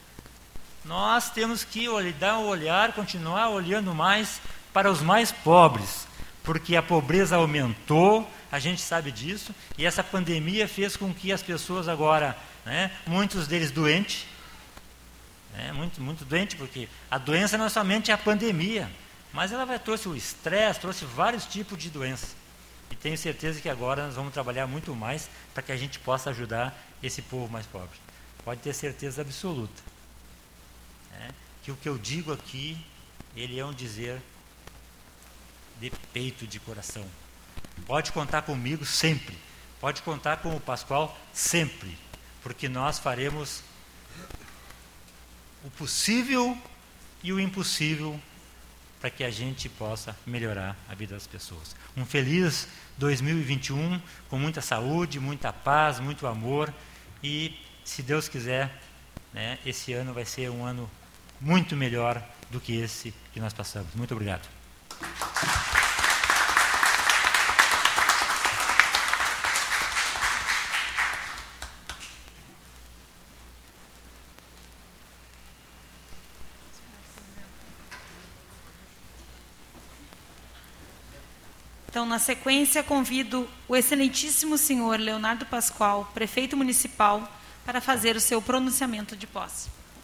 Nós temos que dar um olhar, continuar olhando mais para os mais pobres, porque a pobreza aumentou, a gente sabe disso, e essa pandemia fez com que as pessoas agora, né, muitos deles doentes, né, muito, muito doentes, porque a doença não é somente a pandemia, mas ela vai, trouxe o estresse, trouxe vários tipos de doenças. E tenho certeza que agora nós vamos trabalhar muito mais para que a gente possa ajudar esse povo mais pobre. Pode ter certeza absoluta, né, que o que eu digo aqui, ele é um dizer de peito, de coração. Pode contar comigo sempre. Pode contar com o Pascoal sempre. Porque nós faremos o possível e o impossível para que a gente possa melhorar a vida das pessoas. Um feliz dois mil e vinte e um, com muita saúde, muita paz, muito amor. E, se Deus quiser, né, esse ano vai ser um ano muito melhor do que esse que nós passamos. Muito obrigado. Então, na sequência, convido o excelentíssimo senhor Leonardo Pascoal, prefeito municipal, para fazer o seu pronunciamento de posse.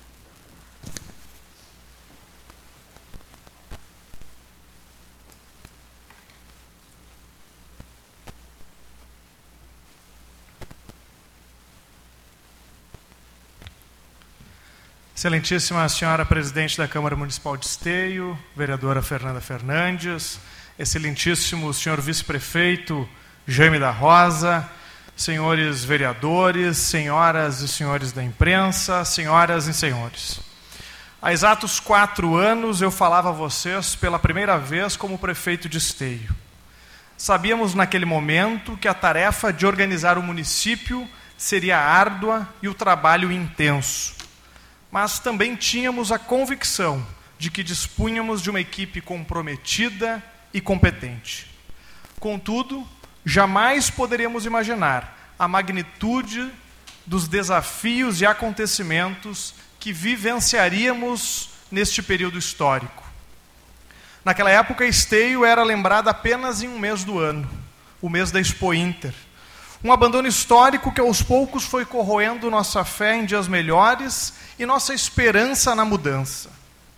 Excelentíssima senhora presidente da Câmara Municipal de Esteio, vereadora Fernanda Fernandes, excelentíssimo senhor vice-prefeito Jaime da Rosa, senhores vereadores, senhoras e senhores da imprensa, senhoras e senhores. Há exatos quatro anos eu falava a vocês pela primeira vez como prefeito de Esteio. Sabíamos naquele momento que a tarefa de organizar o município seria árdua e o trabalho intenso. Mas também tínhamos a convicção de que dispunhamos de uma equipe comprometida e competente. Contudo, jamais poderíamos imaginar a magnitude dos desafios e acontecimentos que vivenciaríamos neste período histórico. Naquela época, Esteio era lembrada apenas em um mês do ano, o mês da Expo Inter. Um abandono histórico que aos poucos foi corroendo nossa fé em dias melhores e nossa esperança na mudança.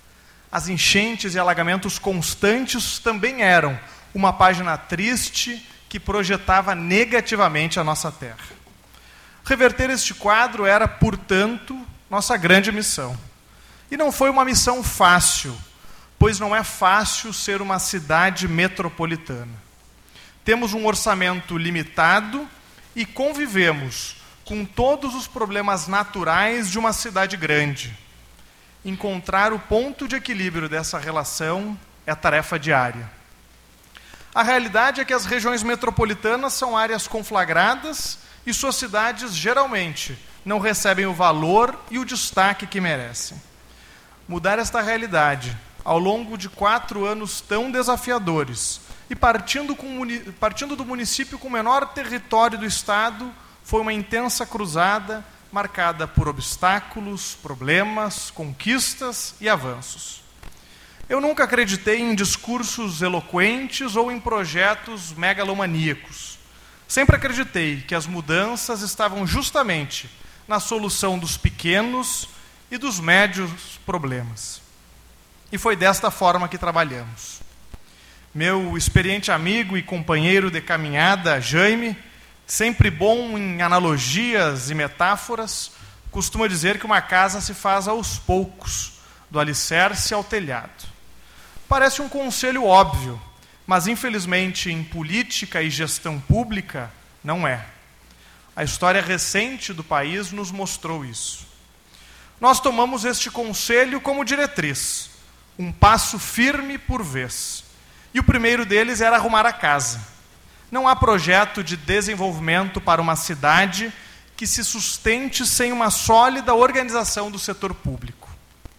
As enchentes e alagamentos constantes também eram uma página triste que projetava negativamente a nossa terra. Reverter este quadro era, portanto, nossa grande missão. E não foi uma missão fácil, pois não é fácil ser uma cidade metropolitana. Temos um orçamento limitado e convivemos com todos os problemas naturais de uma cidade grande. Encontrar o ponto de equilíbrio dessa relação é tarefa diária. A realidade é que as regiões metropolitanas são áreas conflagradas e suas cidades, geralmente, não recebem o valor e o destaque que merecem. Mudar esta realidade ao longo de quatro anos tão desafiadores e partindo, com, partindo do município com o menor território do Estado, foi uma intensa cruzada marcada por obstáculos, problemas, conquistas e avanços. Eu nunca acreditei em discursos eloquentes ou em projetos megalomaníacos. Sempre acreditei que as mudanças estavam justamente na solução dos pequenos e dos médios problemas. E foi desta forma que trabalhamos. Meu experiente amigo e companheiro de caminhada, Jaime, sempre bom em analogias e metáforas, costuma dizer que uma casa se faz aos poucos, do alicerce ao telhado. Parece um conselho óbvio, mas infelizmente em política e gestão pública não é. A história recente do país nos mostrou isso. Nós tomamos este conselho como diretriz, um passo firme por vez. E o primeiro deles era arrumar a casa. Não há projeto de desenvolvimento para uma cidade que se sustente sem uma sólida organização do setor público.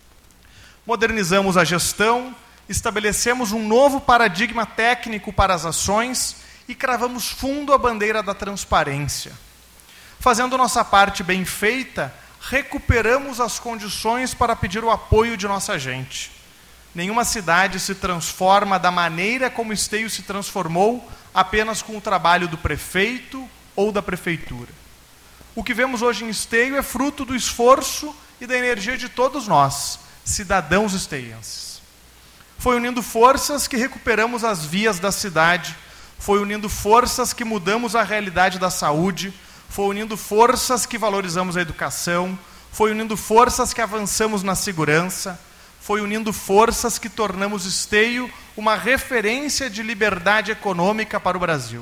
Modernizamos a gestão, estabelecemos um novo paradigma técnico para as ações e cravamos fundo a bandeira da transparência. Fazendo nossa parte bem feita, recuperamos as condições para pedir o apoio de nossa gente. Nenhuma cidade se transforma da maneira como Esteio se transformou apenas com o trabalho do prefeito ou da prefeitura. O que vemos hoje em Esteio é fruto do esforço e da energia de todos nós, cidadãos esteienses. Foi unindo forças que recuperamos as vias da cidade, foi unindo forças que mudamos a realidade da saúde, foi unindo forças que valorizamos a educação, foi unindo forças que avançamos na segurança, foi unindo forças que tornamos Esteio uma referência de liberdade econômica para o Brasil.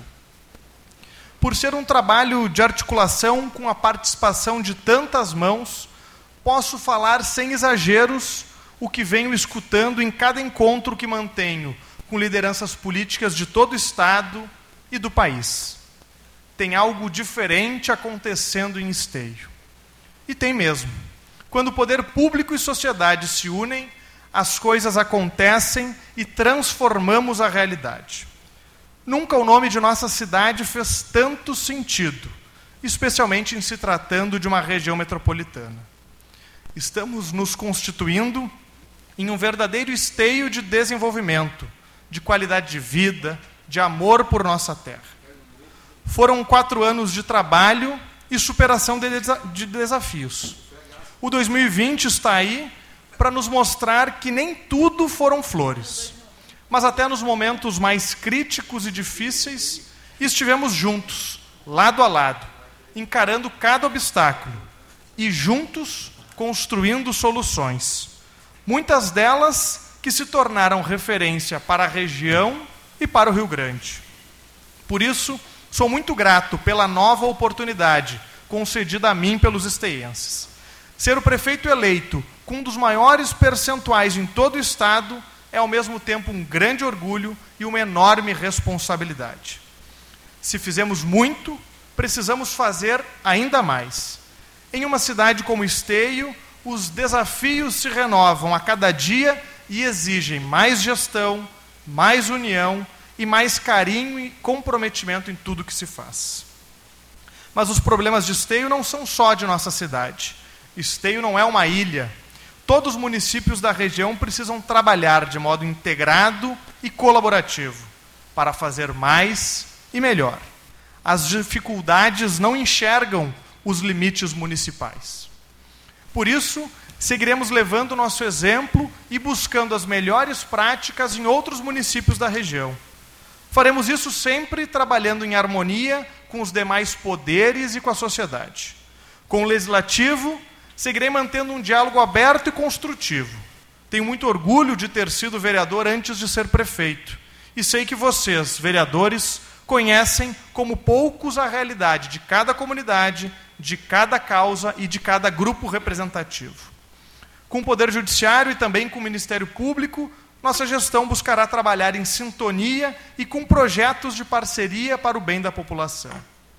Por ser um trabalho de articulação com a participação de tantas mãos, posso falar sem exageros o que venho escutando em cada encontro que mantenho com lideranças políticas de todo o Estado e do país. Tem algo diferente acontecendo em Esteio. E tem mesmo. Quando o poder público e sociedade se unem, as coisas acontecem e transformamos a realidade. Nunca o nome de nossa cidade fez tanto sentido, especialmente em se tratando de uma região metropolitana. Estamos nos constituindo em um verdadeiro esteio de desenvolvimento, de qualidade de vida, de amor por nossa terra. Foram quatro anos de trabalho e superação de, desa- de desafios. O dois mil e vinte está aí para nos mostrar que nem tudo foram flores. Mas até nos momentos mais críticos e difíceis, estivemos juntos, lado a lado, encarando cada obstáculo e juntos construindo soluções. Muitas delas que se tornaram referência para a região e para o Rio Grande. Por isso, sou muito grato pela nova oportunidade concedida a mim pelos esteienses. Ser o prefeito eleito com um dos maiores percentuais em todo o Estado é ao mesmo tempo um grande orgulho e uma enorme responsabilidade. Se fizemos muito, precisamos fazer ainda mais. Em uma cidade como Esteio, os desafios se renovam a cada dia e exigem mais gestão, mais união e mais carinho e comprometimento em tudo que se faz. Mas os problemas de Esteio não são só de nossa cidade. Esteio não é uma ilha. todos os municípios da região precisam trabalhar de modo integrado e colaborativo para fazer mais e melhor. As dificuldades não enxergam os limites municipais. Por isso, seguiremos levando o nosso exemplo e buscando as melhores práticas em outros municípios da região. Faremos isso sempre trabalhando em harmonia com os demais poderes e com a sociedade. Com o Legislativo, seguirei mantendo um diálogo aberto e construtivo. Tenho muito orgulho de ter sido vereador antes de ser prefeito. E sei que vocês, vereadores, conhecem como poucos a realidade de cada comunidade, de cada causa e de cada grupo representativo. Com o Poder Judiciário e também com o Ministério Público, nossa gestão buscará trabalhar em sintonia e com projetos de parceria para o bem da população.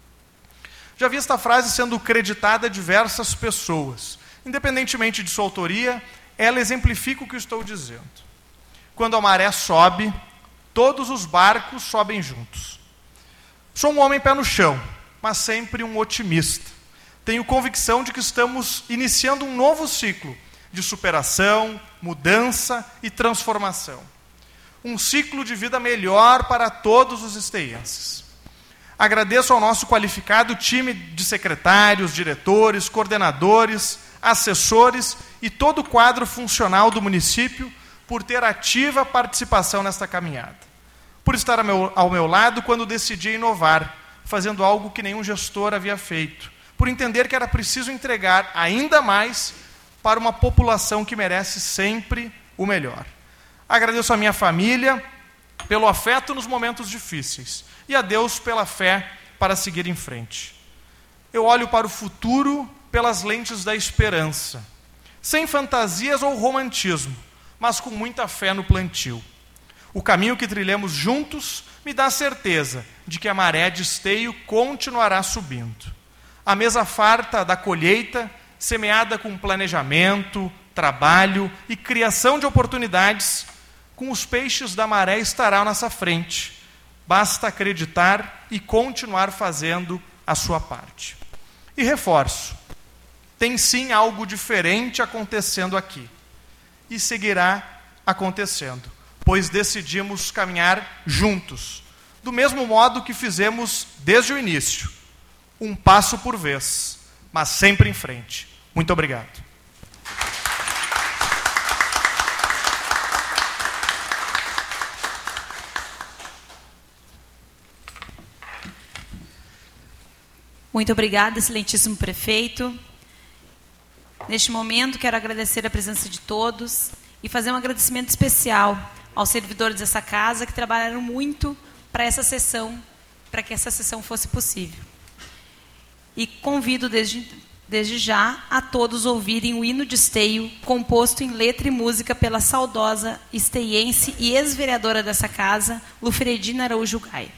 Já vi esta frase sendo creditada a diversas pessoas. Independentemente de sua autoria, ela exemplifica o que estou dizendo. Quando a maré sobe, todos os barcos sobem juntos. Sou um homem pé no chão, mas sempre um otimista. Tenho convicção de que estamos iniciando um novo ciclo de superação, mudança e transformação. Um ciclo de vida melhor para todos os esteienses. Agradeço ao nosso qualificado time de secretários, diretores, coordenadores, assessores e todo o quadro funcional do município por ter ativa participação nesta caminhada. Por estar ao meu, ao meu lado quando decidi inovar, fazendo algo que nenhum gestor havia feito, por entender que era preciso entregar ainda mais para uma população que merece sempre o melhor. Agradeço a minha família pelo afeto nos momentos difíceis e a Deus pela fé para seguir em frente. Eu olho para o futuro pelas lentes da esperança, sem fantasias ou romantismo, mas com muita fé no plantio. O caminho que trilhemos juntos me dá a certeza de que a maré de Esteio continuará subindo. A mesa farta da colheita, semeada com planejamento, trabalho e criação de oportunidades, com os peixes da maré estará à nossa frente. Basta acreditar e continuar fazendo a sua parte. E reforço, tem sim algo diferente acontecendo aqui. E seguirá acontecendo, pois decidimos caminhar juntos, do mesmo modo que fizemos desde o início. Um passo por vez, mas sempre em frente. Muito obrigado. Muito obrigada, excelentíssimo prefeito. Neste momento, quero agradecer a presença de todos e fazer um agradecimento especial aos servidores dessa casa que trabalharam muito para essa sessão, para que essa sessão fosse possível. E convido desde, desde já a todos ouvirem o hino de Esteio, composto em letra e música pela saudosa esteiense e ex-vereadora dessa casa, Lufredina Araújo Gaia.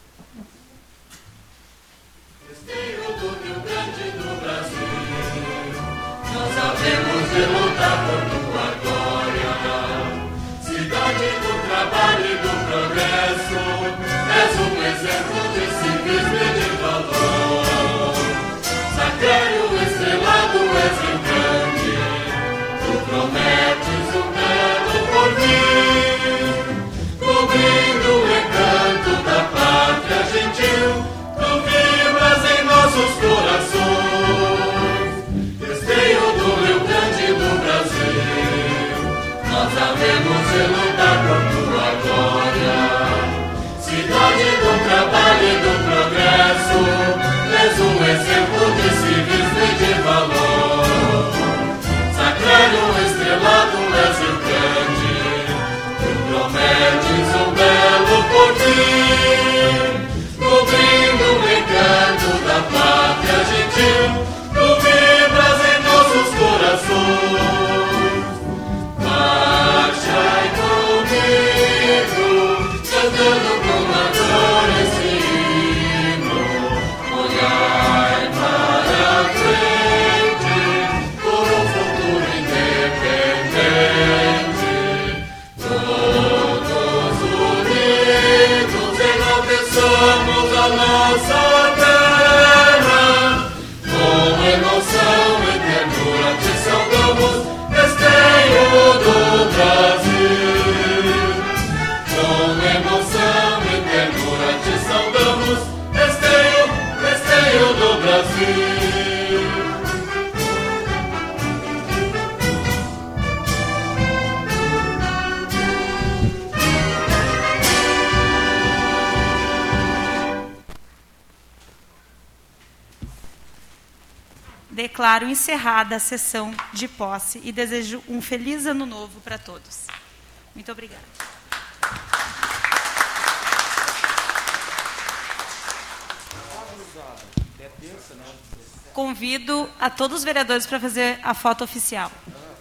Esteio do Rio Grande do Brasil, nós havemos de lutar por tua glória. Cidade do trabalho e do progresso, és um exemplo de civismo e de valor. Sacrário estrelado és em grande, tu prometes um belo porvir, cobrindo o encanto da pátria gentil, tu vibras em nossos corações. Esteio do Rio Grande do Brasil, nós havemos de lutar por tua glória. Cidade do trabalho e do progresso, és um exemplo de civismo e de valor. Sacrário estrelado és o grande, tu prometes um belo porvir, cobrindo o encanto da pátria gentil, tu vibras em nossos corações. Marchai comigo, cantando com ardor esse hino, olhai para frente, por um futuro independente. Todos unidos enalteçamos a nossa terra, com emoção e ternura te saudamos, Esteio declaro encerrada a sessão de posse e desejo um feliz ano novo para todos. Muito obrigada. Convido a todos os vereadores para fazer a foto oficial.